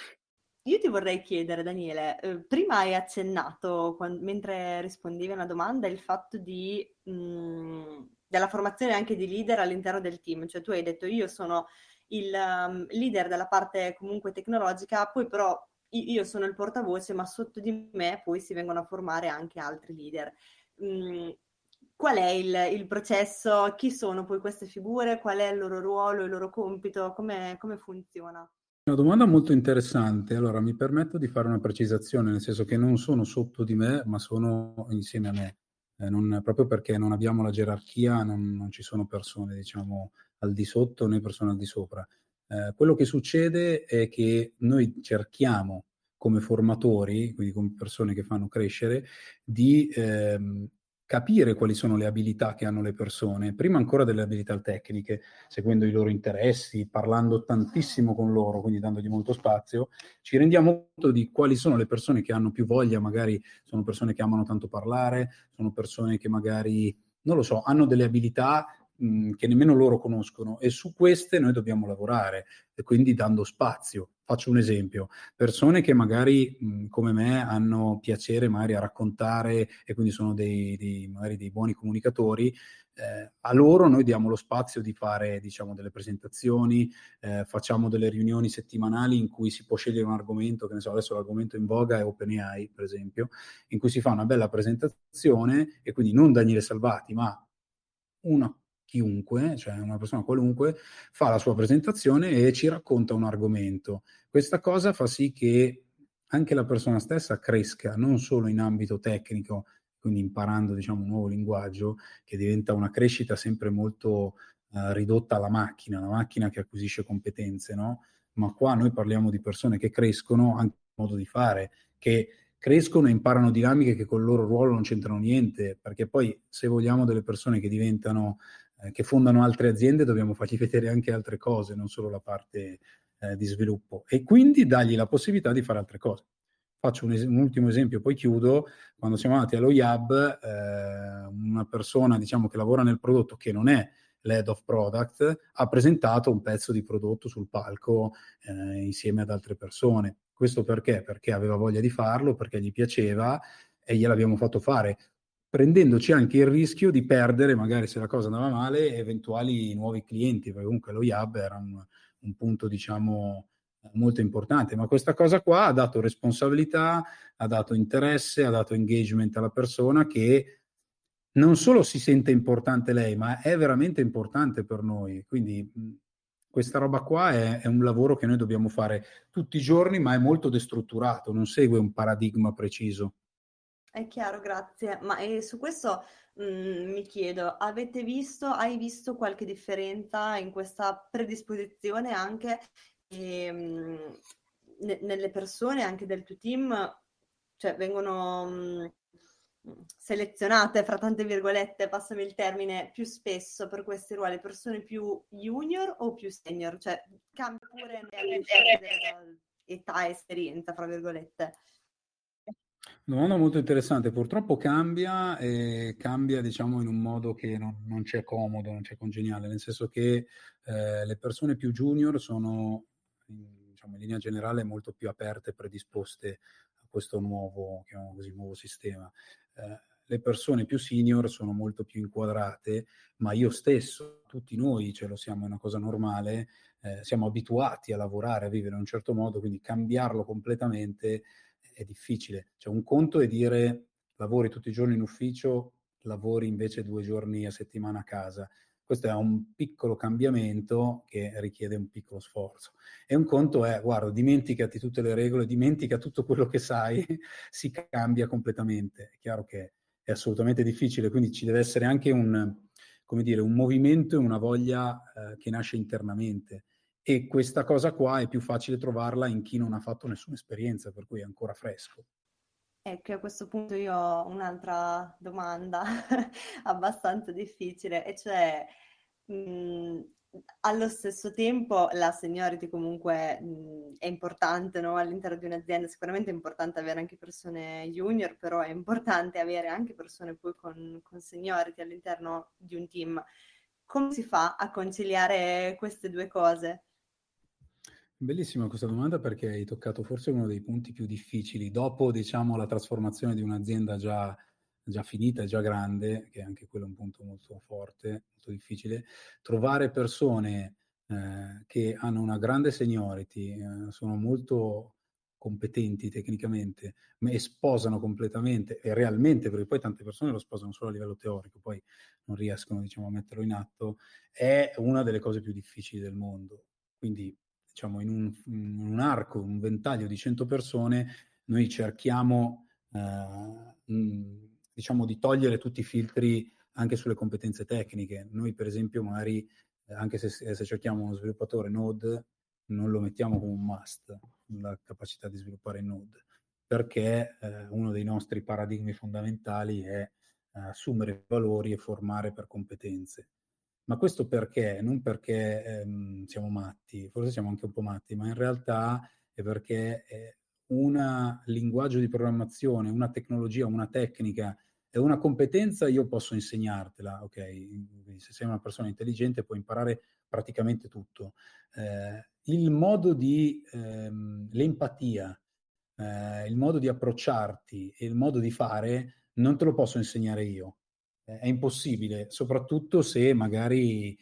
Io ti vorrei chiedere, Daniele, eh, prima hai accennato, quando, mentre rispondevi a una domanda, il fatto di, mh, della formazione anche di leader all'interno del team. Cioè tu hai detto io sono il um, leader della parte comunque tecnologica, poi però io sono il portavoce, ma sotto di me poi si vengono a formare anche altri leader. Mh, qual è il, il processo? Chi sono poi queste figure? Qual è il loro ruolo, il loro compito? Come, come funziona? Una domanda molto interessante. Allora, mi permetto di fare una precisazione, nel senso che non sono sotto di me, ma sono insieme a me. Eh, non, proprio perché non abbiamo la gerarchia, non, non ci sono persone, diciamo, al di sotto né persone al di sopra. Eh, quello che succede è che noi cerchiamo, come formatori, quindi come persone che fanno crescere, di ehm, capire quali sono le abilità che hanno le persone, prima ancora delle abilità tecniche, seguendo i loro interessi, parlando tantissimo con loro, quindi dandogli molto spazio, ci rendiamo conto di quali sono le persone che hanno più voglia, magari sono persone che amano tanto parlare, sono persone che magari, non lo so, hanno delle abilità mh, che nemmeno loro conoscono, e su queste noi dobbiamo lavorare, e quindi dando spazio. Faccio un esempio: persone che magari mh, come me hanno piacere magari a raccontare e quindi sono dei, dei, magari dei buoni comunicatori, eh, a loro noi diamo lo spazio di fare, diciamo, delle presentazioni, eh, facciamo delle riunioni settimanali in cui si può scegliere un argomento, che ne so, adesso l'argomento in voga è OpenAI, per esempio, in cui si fa una bella presentazione e quindi non Daniele Salvati, ma una chiunque, cioè una persona qualunque, fa la sua presentazione e ci racconta un argomento. Questa cosa fa sì che anche la persona stessa cresca, non solo in ambito tecnico, quindi imparando, diciamo, un nuovo linguaggio, che diventa una crescita sempre molto eh, ridotta alla macchina, la macchina che acquisisce competenze, no? Ma qua noi parliamo di persone che crescono anche nel modo di fare, che crescono e imparano dinamiche che col loro ruolo non c'entrano niente, perché poi se vogliamo delle persone che diventano, eh, che fondano altre aziende, dobbiamo fargli vedere anche altre cose, non solo la parte eh, di sviluppo, e quindi dargli la possibilità di fare altre cose. Faccio un, es- un ultimo esempio, poi chiudo. Quando siamo andati allo Yab, eh, una persona, diciamo, che lavora nel prodotto, che non è l'head of product, ha presentato un pezzo di prodotto sul palco eh, insieme ad altre persone. Questo perché? Perché aveva voglia di farlo, perché gli piaceva, e gliel'abbiamo fatto fare, prendendoci anche il rischio di perdere, magari se la cosa andava male, eventuali nuovi clienti, perché comunque lo Yab era un, un punto, diciamo, molto importante. Ma questa cosa qua ha dato responsabilità, ha dato interesse, ha dato engagement alla persona, che non solo si sente importante lei, ma è veramente importante per noi. Quindi mh, questa roba qua è, è un lavoro che noi dobbiamo fare tutti i giorni, ma è molto destrutturato, non segue un paradigma preciso. È chiaro, grazie. Ma eh, su questo mh, mi chiedo, avete visto, hai visto qualche differenza in questa predisposizione anche ehm, ne- nelle persone, anche del tuo team? Cioè vengono mh, selezionate, fra tante virgolette, passami il termine, più spesso per questi ruoli, persone più junior o più senior? Cioè cambia pure da età e esperienza, fra virgolette. Domanda molto interessante. Purtroppo cambia, e cambia, diciamo, in un modo che non, non c'è comodo, non c'è congeniale, nel senso che eh, le persone più junior sono, in, diciamo, in linea generale, molto più aperte e predisposte a questo nuovo, chiamiamolo così, nuovo sistema. Eh, le persone più senior sono molto più inquadrate, ma io stesso, tutti noi, ce lo siamo, è una cosa normale, eh, siamo abituati a lavorare, a vivere in un certo modo, quindi cambiarlo completamente è difficile. Cioè, un conto è dire lavori tutti i giorni in ufficio, lavori invece due giorni a settimana a casa. Questo è un piccolo cambiamento che richiede un piccolo sforzo. E un conto è, guarda, dimenticati tutte le regole, dimentica tutto quello che sai, si cambia completamente. È chiaro che è assolutamente difficile, quindi ci deve essere anche un, come dire, un movimento e una voglia eh, che nasce internamente. E questa cosa qua è più facile trovarla in chi non ha fatto nessuna esperienza, per cui è ancora fresco. Ecco, a questo punto io ho un'altra domanda abbastanza difficile, e cioè mh, allo stesso tempo la seniority comunque mh, è importante, no? All'interno di un'azienda. Sicuramente è importante avere anche persone junior, però è importante avere anche persone poi con, con seniority all'interno di un team. Come si fa a conciliare queste due cose? Bellissima questa domanda, perché hai toccato forse uno dei punti più difficili. Dopo, diciamo, la trasformazione di un'azienda già, già finita e già grande, che è anche quello un punto molto forte, molto difficile, trovare persone eh, che hanno una grande seniority, eh, sono molto competenti tecnicamente, ma e sposano completamente e realmente, perché poi tante persone lo sposano solo a livello teorico, poi non riescono, diciamo, a metterlo in atto, è una delle cose più difficili del mondo. Quindi, diciamo, in un, in un arco, un ventaglio di cento persone, noi cerchiamo, eh, mh, diciamo, di togliere tutti i filtri anche sulle competenze tecniche. Noi, per esempio, magari, eh, anche se, se cerchiamo uno sviluppatore Node, non lo mettiamo come un must, la capacità di sviluppare Node, perché eh, uno dei nostri paradigmi fondamentali è assumere valori e formare per competenze. Ma questo perché? Non perché ehm, siamo matti, forse siamo anche un po' matti, ma in realtà è perché eh, un linguaggio di programmazione, una tecnologia, una tecnica e una competenza io posso insegnartela, ok? Quindi se sei una persona intelligente puoi imparare praticamente tutto. Eh, il modo di, ehm, l'empatia, eh, il modo di approcciarti e il modo di fare non te lo posso insegnare io. Eh, è impossibile, soprattutto se magari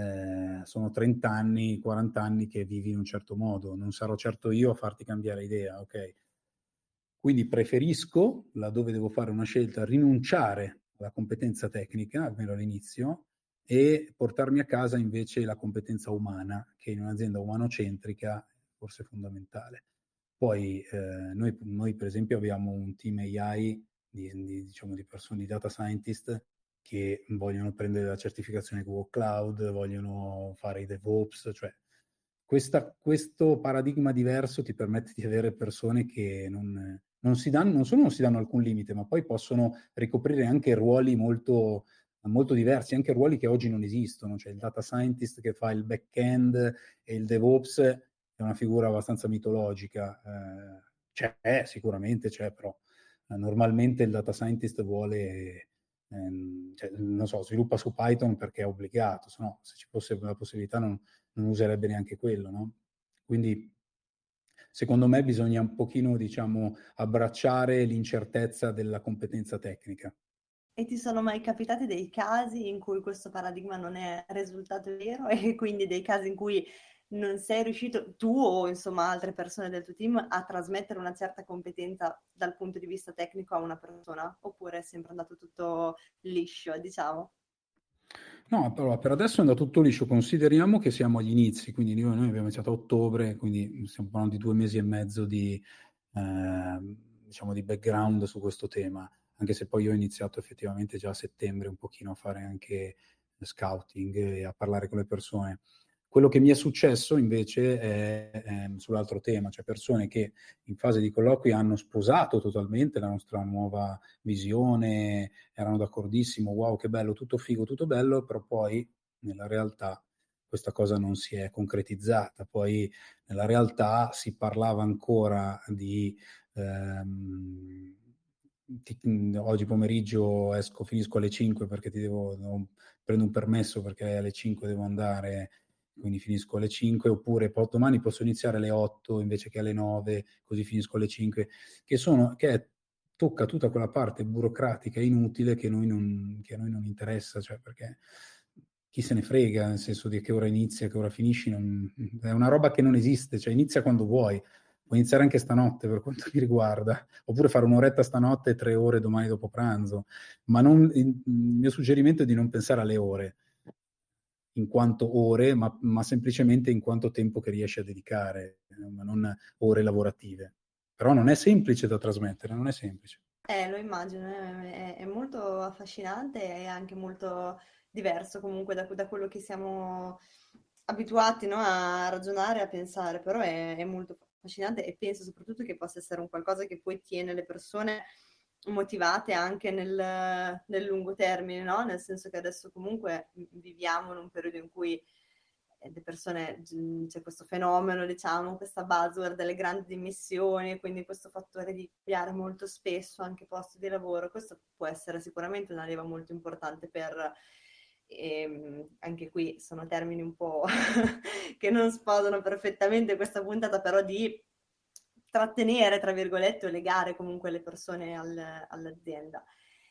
eh, sono trenta anni, quaranta anni che vivi in un certo modo. Non sarò certo io a farti cambiare idea, ok? Quindi preferisco, laddove devo fare una scelta, rinunciare alla competenza tecnica, almeno all'inizio, e portarmi a casa invece la competenza umana, che in un'azienda umanocentrica è forse fondamentale. Poi eh, noi, noi, per esempio, abbiamo un team A I di, di, diciamo, di persone, di data scientist, che vogliono prendere la certificazione Google Cloud, vogliono fare i DevOps, cioè questa, questo paradigma diverso ti permette di avere persone che non, non si danno, non solo non si danno alcun limite, ma poi possono ricoprire anche ruoli molto, molto diversi, anche ruoli che oggi non esistono. Cioè il data scientist che fa il back-end e il DevOps è una figura abbastanza mitologica. Eh, c'è, sicuramente c'è, però eh, normalmente il data scientist vuole, ehm, cioè, non so, sviluppa su Python perché è obbligato, se no, se ci fosse la possibilità non, non userebbe neanche quello, no? Quindi secondo me bisogna un pochino, diciamo, abbracciare l'incertezza della competenza tecnica. E ti sono mai capitati dei casi in cui questo paradigma non è risultato vero e quindi dei casi in cui non sei riuscito tu o insomma altre persone del tuo team a trasmettere una certa competenza dal punto di vista tecnico a una persona? Oppure è sempre andato tutto liscio, diciamo? No, però per adesso è andato tutto liscio. Consideriamo che siamo agli inizi, quindi noi abbiamo iniziato a ottobre, quindi stiamo parlando di due mesi e mezzo di, eh, diciamo, di background su questo tema, anche se poi io ho iniziato effettivamente già a settembre un pochino a fare anche scouting e a parlare con le persone. Quello che mi è successo invece è, è sull'altro tema, cioè persone che in fase di colloqui hanno sposato totalmente la nostra nuova visione, erano d'accordissimo, wow che bello, tutto figo, tutto bello, però poi nella realtà questa cosa non si è concretizzata. Poi nella realtà si parlava ancora di ehm, ti, oggi pomeriggio esco, finisco alle cinque perché ti devo, devo prendo un permesso perché alle cinque devo andare, quindi finisco alle cinque, oppure poi domani posso iniziare alle otto invece che alle nove, così finisco alle cinque, che, sono, che tocca tutta quella parte burocratica inutile che, noi non, che a noi non interessa, cioè perché chi se ne frega, nel senso di che ora inizia, che ora finisci, non, è una roba che non esiste, cioè inizia quando vuoi. Puoi iniziare anche stanotte per quanto mi riguarda, oppure fare un'oretta stanotte e tre ore domani dopo pranzo, ma non, il mio suggerimento è di non pensare alle ore in quanto ore, ma, ma semplicemente in quanto tempo che riesci a dedicare, eh, ma non ore lavorative. Però non è semplice da trasmettere, non è semplice. Eh, lo immagino, è, è molto affascinante e anche molto diverso comunque da, da quello che siamo abituati, no, a ragionare, a pensare, però è, è molto affascinante e penso soprattutto che possa essere un qualcosa che poi tiene le persone motivate anche nel, nel lungo termine, no? Nel senso che adesso comunque viviamo in un periodo in cui le persone, c'è questo fenomeno, diciamo, questa buzzword delle grandi dimissioni, quindi questo fattore di cambiare molto spesso anche posto di lavoro, questo può essere sicuramente una leva molto importante per, ehm, anche qui sono termini un po' che non sposano perfettamente questa puntata, però di trattenere, tra virgolette, o legare comunque le persone al, all'azienda.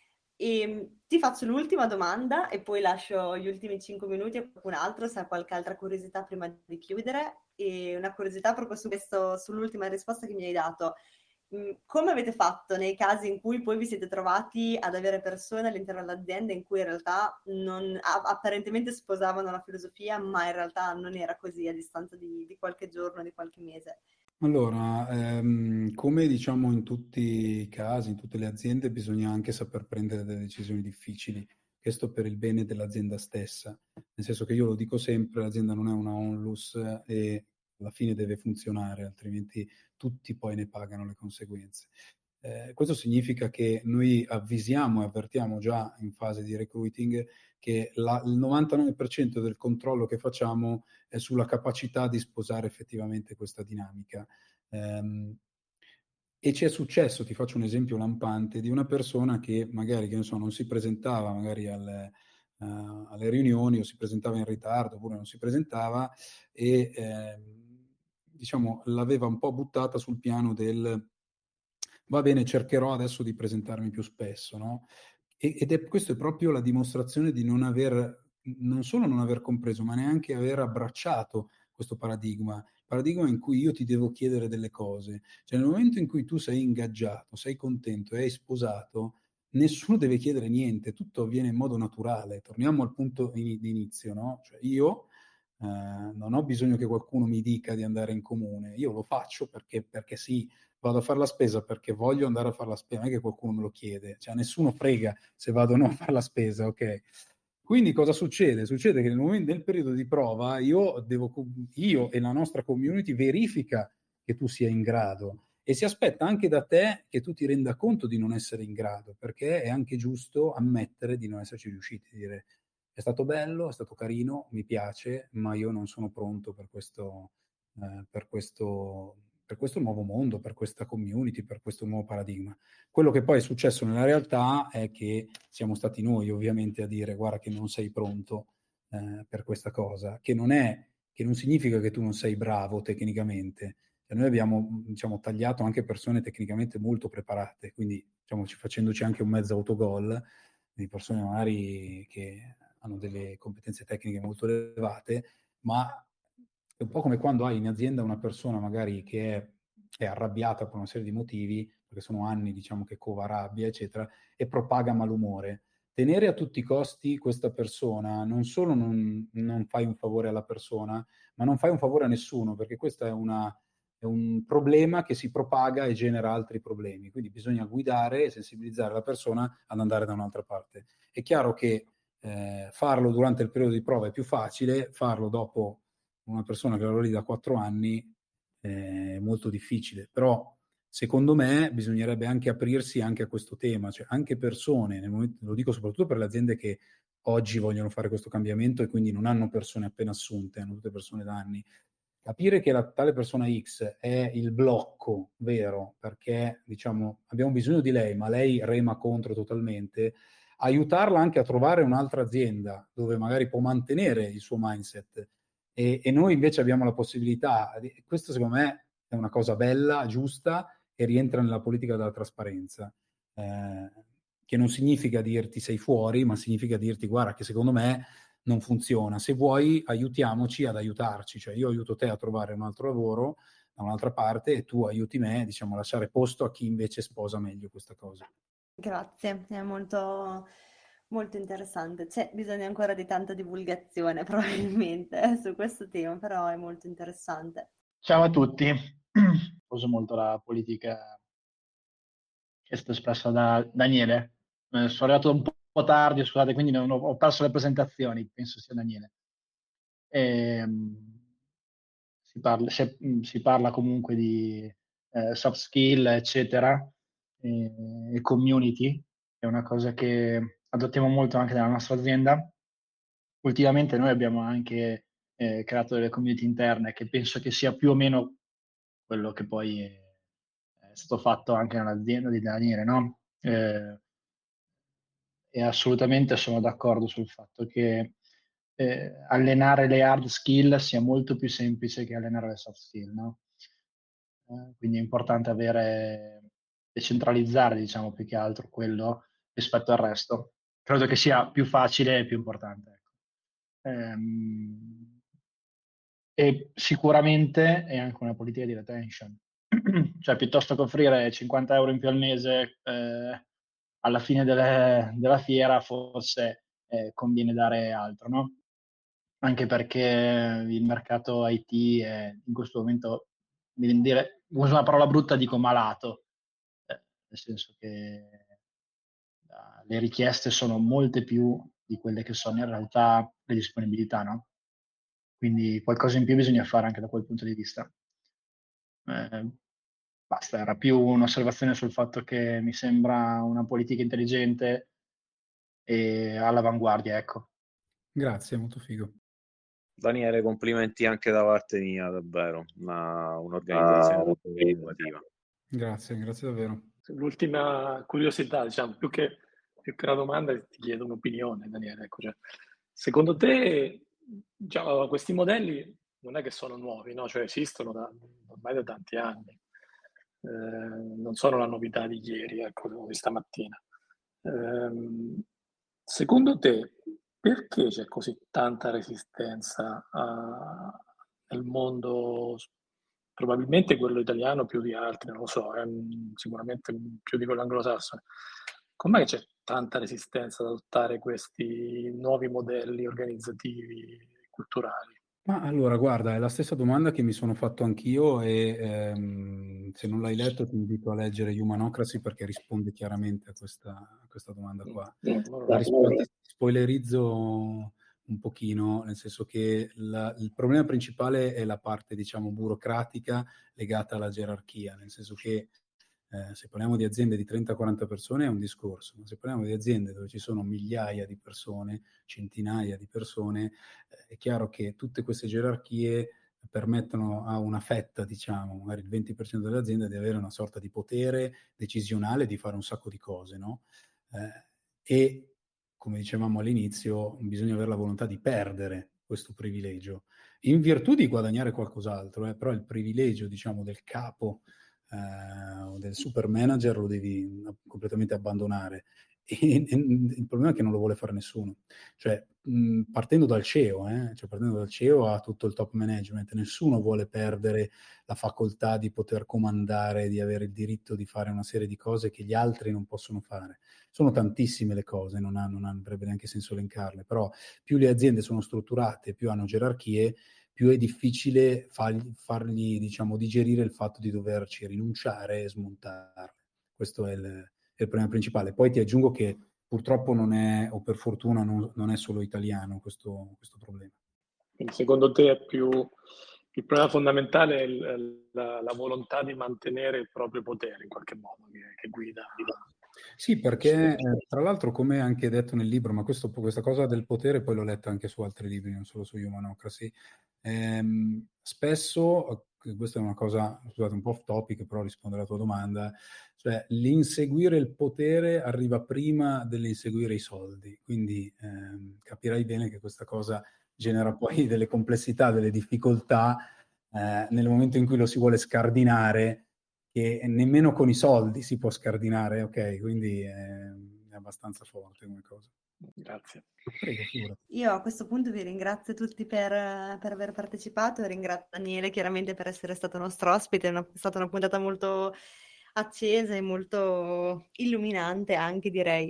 E ti faccio l'ultima domanda e poi lascio gli ultimi cinque minuti a qualcun altro se ha qualche altra curiosità prima di chiudere. E una curiosità proprio su questo, sull'ultima risposta che mi hai dato. Come avete fatto nei casi in cui poi vi siete trovati ad avere persone all'interno dell'azienda in cui in realtà non, apparentemente sposavano la filosofia, ma in realtà non era così a distanza di, di qualche giorno, di qualche mese? Allora, ehm, come diciamo in tutti i casi, in tutte le aziende, bisogna anche saper prendere delle decisioni difficili, questo per il bene dell'azienda stessa, nel senso che io lo dico sempre, l'azienda non è una onlus e alla fine deve funzionare, altrimenti tutti poi ne pagano le conseguenze. Eh, questo significa che noi avvisiamo e avvertiamo già in fase di recruiting che la, il novantanove per cento del controllo che facciamo è sulla capacità di sposare effettivamente questa dinamica. Um, e ci è successo, ti faccio un esempio lampante, di una persona che magari, che ne so, non si presentava magari alle, uh, alle riunioni, o si presentava in ritardo, oppure non si presentava, e eh, diciamo l'aveva un po' buttata sul piano del va bene, cercherò adesso di presentarmi più spesso, no? E, ed è questo è proprio la dimostrazione di non aver, non solo non aver compreso, ma neanche aver abbracciato questo paradigma, paradigma in cui io ti devo chiedere delle cose. Cioè nel momento in cui tu sei ingaggiato, sei contento e hai sposato, nessuno deve chiedere niente, tutto avviene in modo naturale. Torniamo al punto di inizio, no? Cioè io eh, non ho bisogno che qualcuno mi dica di andare in comune, io lo faccio perché, perché sì, vado a fare la spesa perché voglio andare a fare la spesa, non è che qualcuno me lo chiede, cioè nessuno frega se vado o no a fare la spesa, ok? Quindi cosa succede? Succede che nel momento del periodo di prova io, devo, io e la nostra community verifica che tu sia in grado e si aspetta anche da te che tu ti renda conto di non essere in grado, perché è anche giusto ammettere di non esserci riusciti, dire è stato bello, è stato carino, mi piace, ma io non sono pronto per questo, eh, per questo, per questo nuovo mondo, per questa community, per questo nuovo paradigma. Quello che poi è successo nella realtà è che siamo stati noi ovviamente a dire guarda che non sei pronto eh, per questa cosa, che non è, che non significa che tu non sei bravo tecnicamente. Cioè, noi abbiamo diciamo, tagliato anche persone tecnicamente molto preparate, quindi diciamo, facendoci anche un mezzo autogol di persone magari che hanno delle competenze tecniche molto elevate, ma è un po' come quando hai in azienda una persona magari che è, è arrabbiata per una serie di motivi, perché sono anni diciamo che cova rabbia, eccetera, e propaga malumore. Tenere a tutti i costi questa persona non solo non, non fai un favore alla persona, ma non fai un favore a nessuno, perché questo è, una, è un problema che si propaga e genera altri problemi. Quindi bisogna guidare e sensibilizzare la persona ad andare da un'altra parte. È chiaro che eh, farlo durante il periodo di prova è più facile, farlo dopo una persona che lavora lì da quattro anni eh, è molto difficile, però secondo me bisognerebbe anche aprirsi anche a questo tema, cioè anche persone, nel momento, lo dico soprattutto per le aziende che oggi vogliono fare questo cambiamento e quindi non hanno persone appena assunte, hanno tutte persone da anni, capire che la, tale persona X è il blocco vero, perché diciamo abbiamo bisogno di lei, ma lei rema contro totalmente, aiutarla anche a trovare un'altra azienda dove magari può mantenere il suo mindset e, e noi invece abbiamo la possibilità, questo secondo me è una cosa bella, giusta e rientra nella politica della trasparenza, eh, che non significa dirti sei fuori, ma significa dirti guarda che secondo me non funziona, se vuoi aiutiamoci ad aiutarci, cioè io aiuto te a trovare un altro lavoro da un'altra parte e tu aiuti me diciamo a lasciare posto a chi invece sposa meglio questa cosa. Grazie, è molto, molto interessante. C'è bisogno ancora di tanta divulgazione probabilmente su questo tema, però è molto interessante. Ciao a tutti, uso molto la politica che è stata espressa da Daniele. Eh, sono arrivato un po' tardi, scusate, quindi non ho, ho perso le presentazioni, penso sia Daniele. E, si, parla, se, si parla comunque di eh, soft skill, eccetera, e, e community, è una cosa che adottiamo molto anche nella nostra azienda. Ultimamente noi abbiamo anche eh, creato delle community interne che penso che sia più o meno quello che poi è, è stato fatto anche nell'azienda di Daniele, no? Eh, e assolutamente sono d'accordo sul fatto che eh, allenare le hard skill sia molto più semplice che allenare le soft skill, no? Eh, quindi è importante avere, decentralizzare, diciamo, più che altro quello rispetto al resto. Credo che sia più facile e più importante. Ecco. Ehm, e sicuramente è anche una politica di retention. Cioè, piuttosto che offrire cinquanta euro in più al mese eh, alla fine delle, della fiera, forse eh, conviene dare altro, no? Anche perché il mercato I T è in questo momento, mi viene dire, uso una parola brutta, dico malato, eh, nel senso che uh, le richieste sono molte più di quelle che sono in realtà le disponibilità, no? Quindi qualcosa in più bisogna fare anche da quel punto di vista. Eh, basta, era più un'osservazione sul fatto che mi sembra una politica intelligente e all'avanguardia, ecco. Grazie, molto figo. Daniele, complimenti anche da parte mia, davvero, una, un'organizzazione molto innovativa. Grazie, grazie davvero. L'ultima curiosità, diciamo, più che, più che una domanda, ti chiedo un'opinione, Daniele. Ecco, cioè, secondo te, diciamo, questi modelli non è che sono nuovi, no? Cioè esistono da, ormai da tanti anni, eh, non sono la novità di ieri, ecco, di stamattina. Eh, secondo te, perché c'è così tanta resistenza a, nel mondo, probabilmente quello italiano più di altri, non lo so, eh, sicuramente più di quello anglosassone? Com'è che c'è tanta resistenza ad adottare questi nuovi modelli organizzativi culturali? Ma allora, guarda, è la stessa domanda che mi sono fatto anch'io e ehm, se non l'hai letto ti invito a leggere Humanocracy perché risponde chiaramente a questa, a questa domanda qua. La risposta, spoilerizzo un pochino, nel senso che la, il problema principale è la parte, diciamo, burocratica legata alla gerarchia, nel senso che Eh, se parliamo di aziende di trenta quaranta persone è un discorso, ma se parliamo di aziende dove ci sono migliaia di persone, centinaia di persone, eh, è chiaro che tutte queste gerarchie permettono a una fetta, diciamo, magari il venti per cento delle aziende, di avere una sorta di potere decisionale di fare un sacco di cose, no? Eh, e, come dicevamo all'inizio, bisogna avere la volontà di perdere questo privilegio, in virtù di guadagnare qualcos'altro, eh, però il privilegio, diciamo, del capo Uh, del super manager lo devi completamente abbandonare e, e il problema è che non lo vuole fare nessuno, cioè mh, partendo dal C E O eh, cioè partendo dal C E O a tutto il top management, nessuno vuole perdere la facoltà di poter comandare, di avere il diritto di fare una serie di cose che gli altri non possono fare. Sono tantissime le cose, non, ha, non avrebbe neanche senso elencarle, però più le aziende sono strutturate, più hanno gerarchie, più è difficile fargli, fargli diciamo, digerire il fatto di doverci rinunciare e smontarle. Questo è il, è il problema principale. Poi ti aggiungo che purtroppo non è, o per fortuna non, non è solo italiano questo, questo problema. Quindi secondo te è più il problema fondamentale è il, la, la volontà di mantenere il proprio potere in qualche modo che, che guida. Sì, perché eh, tra l'altro, come anche detto nel libro, ma questo, questa cosa del potere poi l'ho letta anche su altri libri, non solo su Humanocracy, ehm, spesso, questa è una cosa, scusate, un po' off topic, però rispondo alla tua domanda, cioè l'inseguire il potere arriva prima dell'inseguire i soldi, quindi ehm, capirai bene che questa cosa genera poi delle complessità, delle difficoltà eh, nel momento in cui lo si vuole scardinare, che nemmeno con i soldi si può scardinare, ok? Quindi è, è abbastanza forte come cosa. Grazie. Prego, figurati. Io a questo punto vi ringrazio tutti per, per aver partecipato, ringrazio Daniele chiaramente per essere stato nostro ospite, è, una, è stata una puntata molto accesa e molto illuminante anche, direi.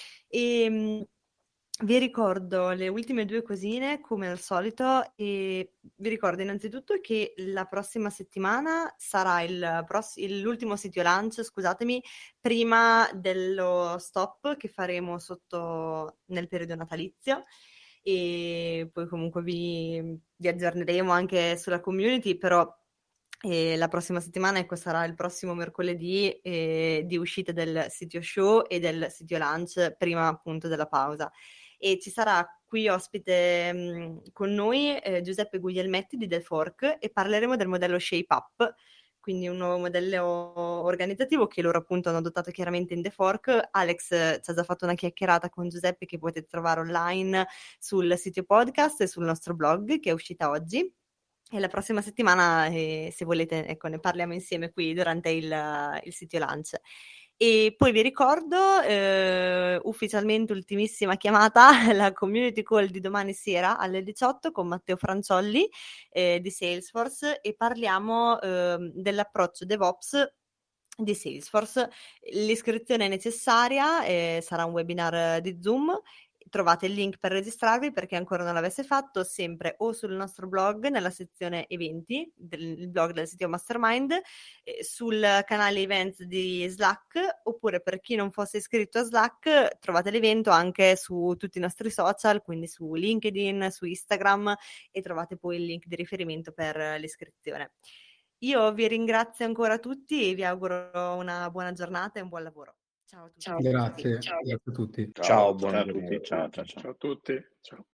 E vi ricordo le ultime due cosine come al solito e vi ricordo innanzitutto che la prossima settimana sarà il pross- l'ultimo sito launch, scusatemi, prima dello stop che faremo sotto nel periodo natalizio e poi comunque vi, vi aggiorneremo anche sulla community, però eh, la prossima settimana, ecco, sarà il prossimo mercoledì eh, di uscita del sito show e del sito launch prima appunto della pausa. E ci sarà qui ospite mh, con noi eh, Giuseppe Guglielmetti di The Fork e parleremo del modello Shape Up, quindi un nuovo modello organizzativo che loro appunto hanno adottato chiaramente in The Fork. Alex eh, ci ha già fatto una chiacchierata con Giuseppe che potete trovare online sul sito podcast e sul nostro blog che è uscita oggi. E la prossima settimana, eh, se volete, ecco, ne parliamo insieme qui durante il, il sito launch. E poi vi ricordo eh, ufficialmente ultimissima chiamata, la community call di domani sera alle diciotto con Matteo Franciolli eh, di Salesforce e parliamo eh, dell'approccio DevOps di Salesforce. L'iscrizione è necessaria, eh, sarà un webinar di Zoom. Trovate il link per registrarvi per chi ancora non l'avesse fatto sempre o sul nostro blog nella sezione eventi del blog del sito Mastermind, eh, sul canale events di Slack, oppure per chi non fosse iscritto a Slack trovate l'evento anche su tutti i nostri social, quindi su LinkedIn, su Instagram, e trovate poi il link di riferimento per l'iscrizione. Io vi ringrazio ancora tutti e vi auguro una buona giornata e un buon lavoro. Ciao a tutti. Grazie, grazie a tutti. Ciao, Ciao, ciao buona a tutti. giornata. Ciao, ciao, ciao. Ciao a tutti. Ciao.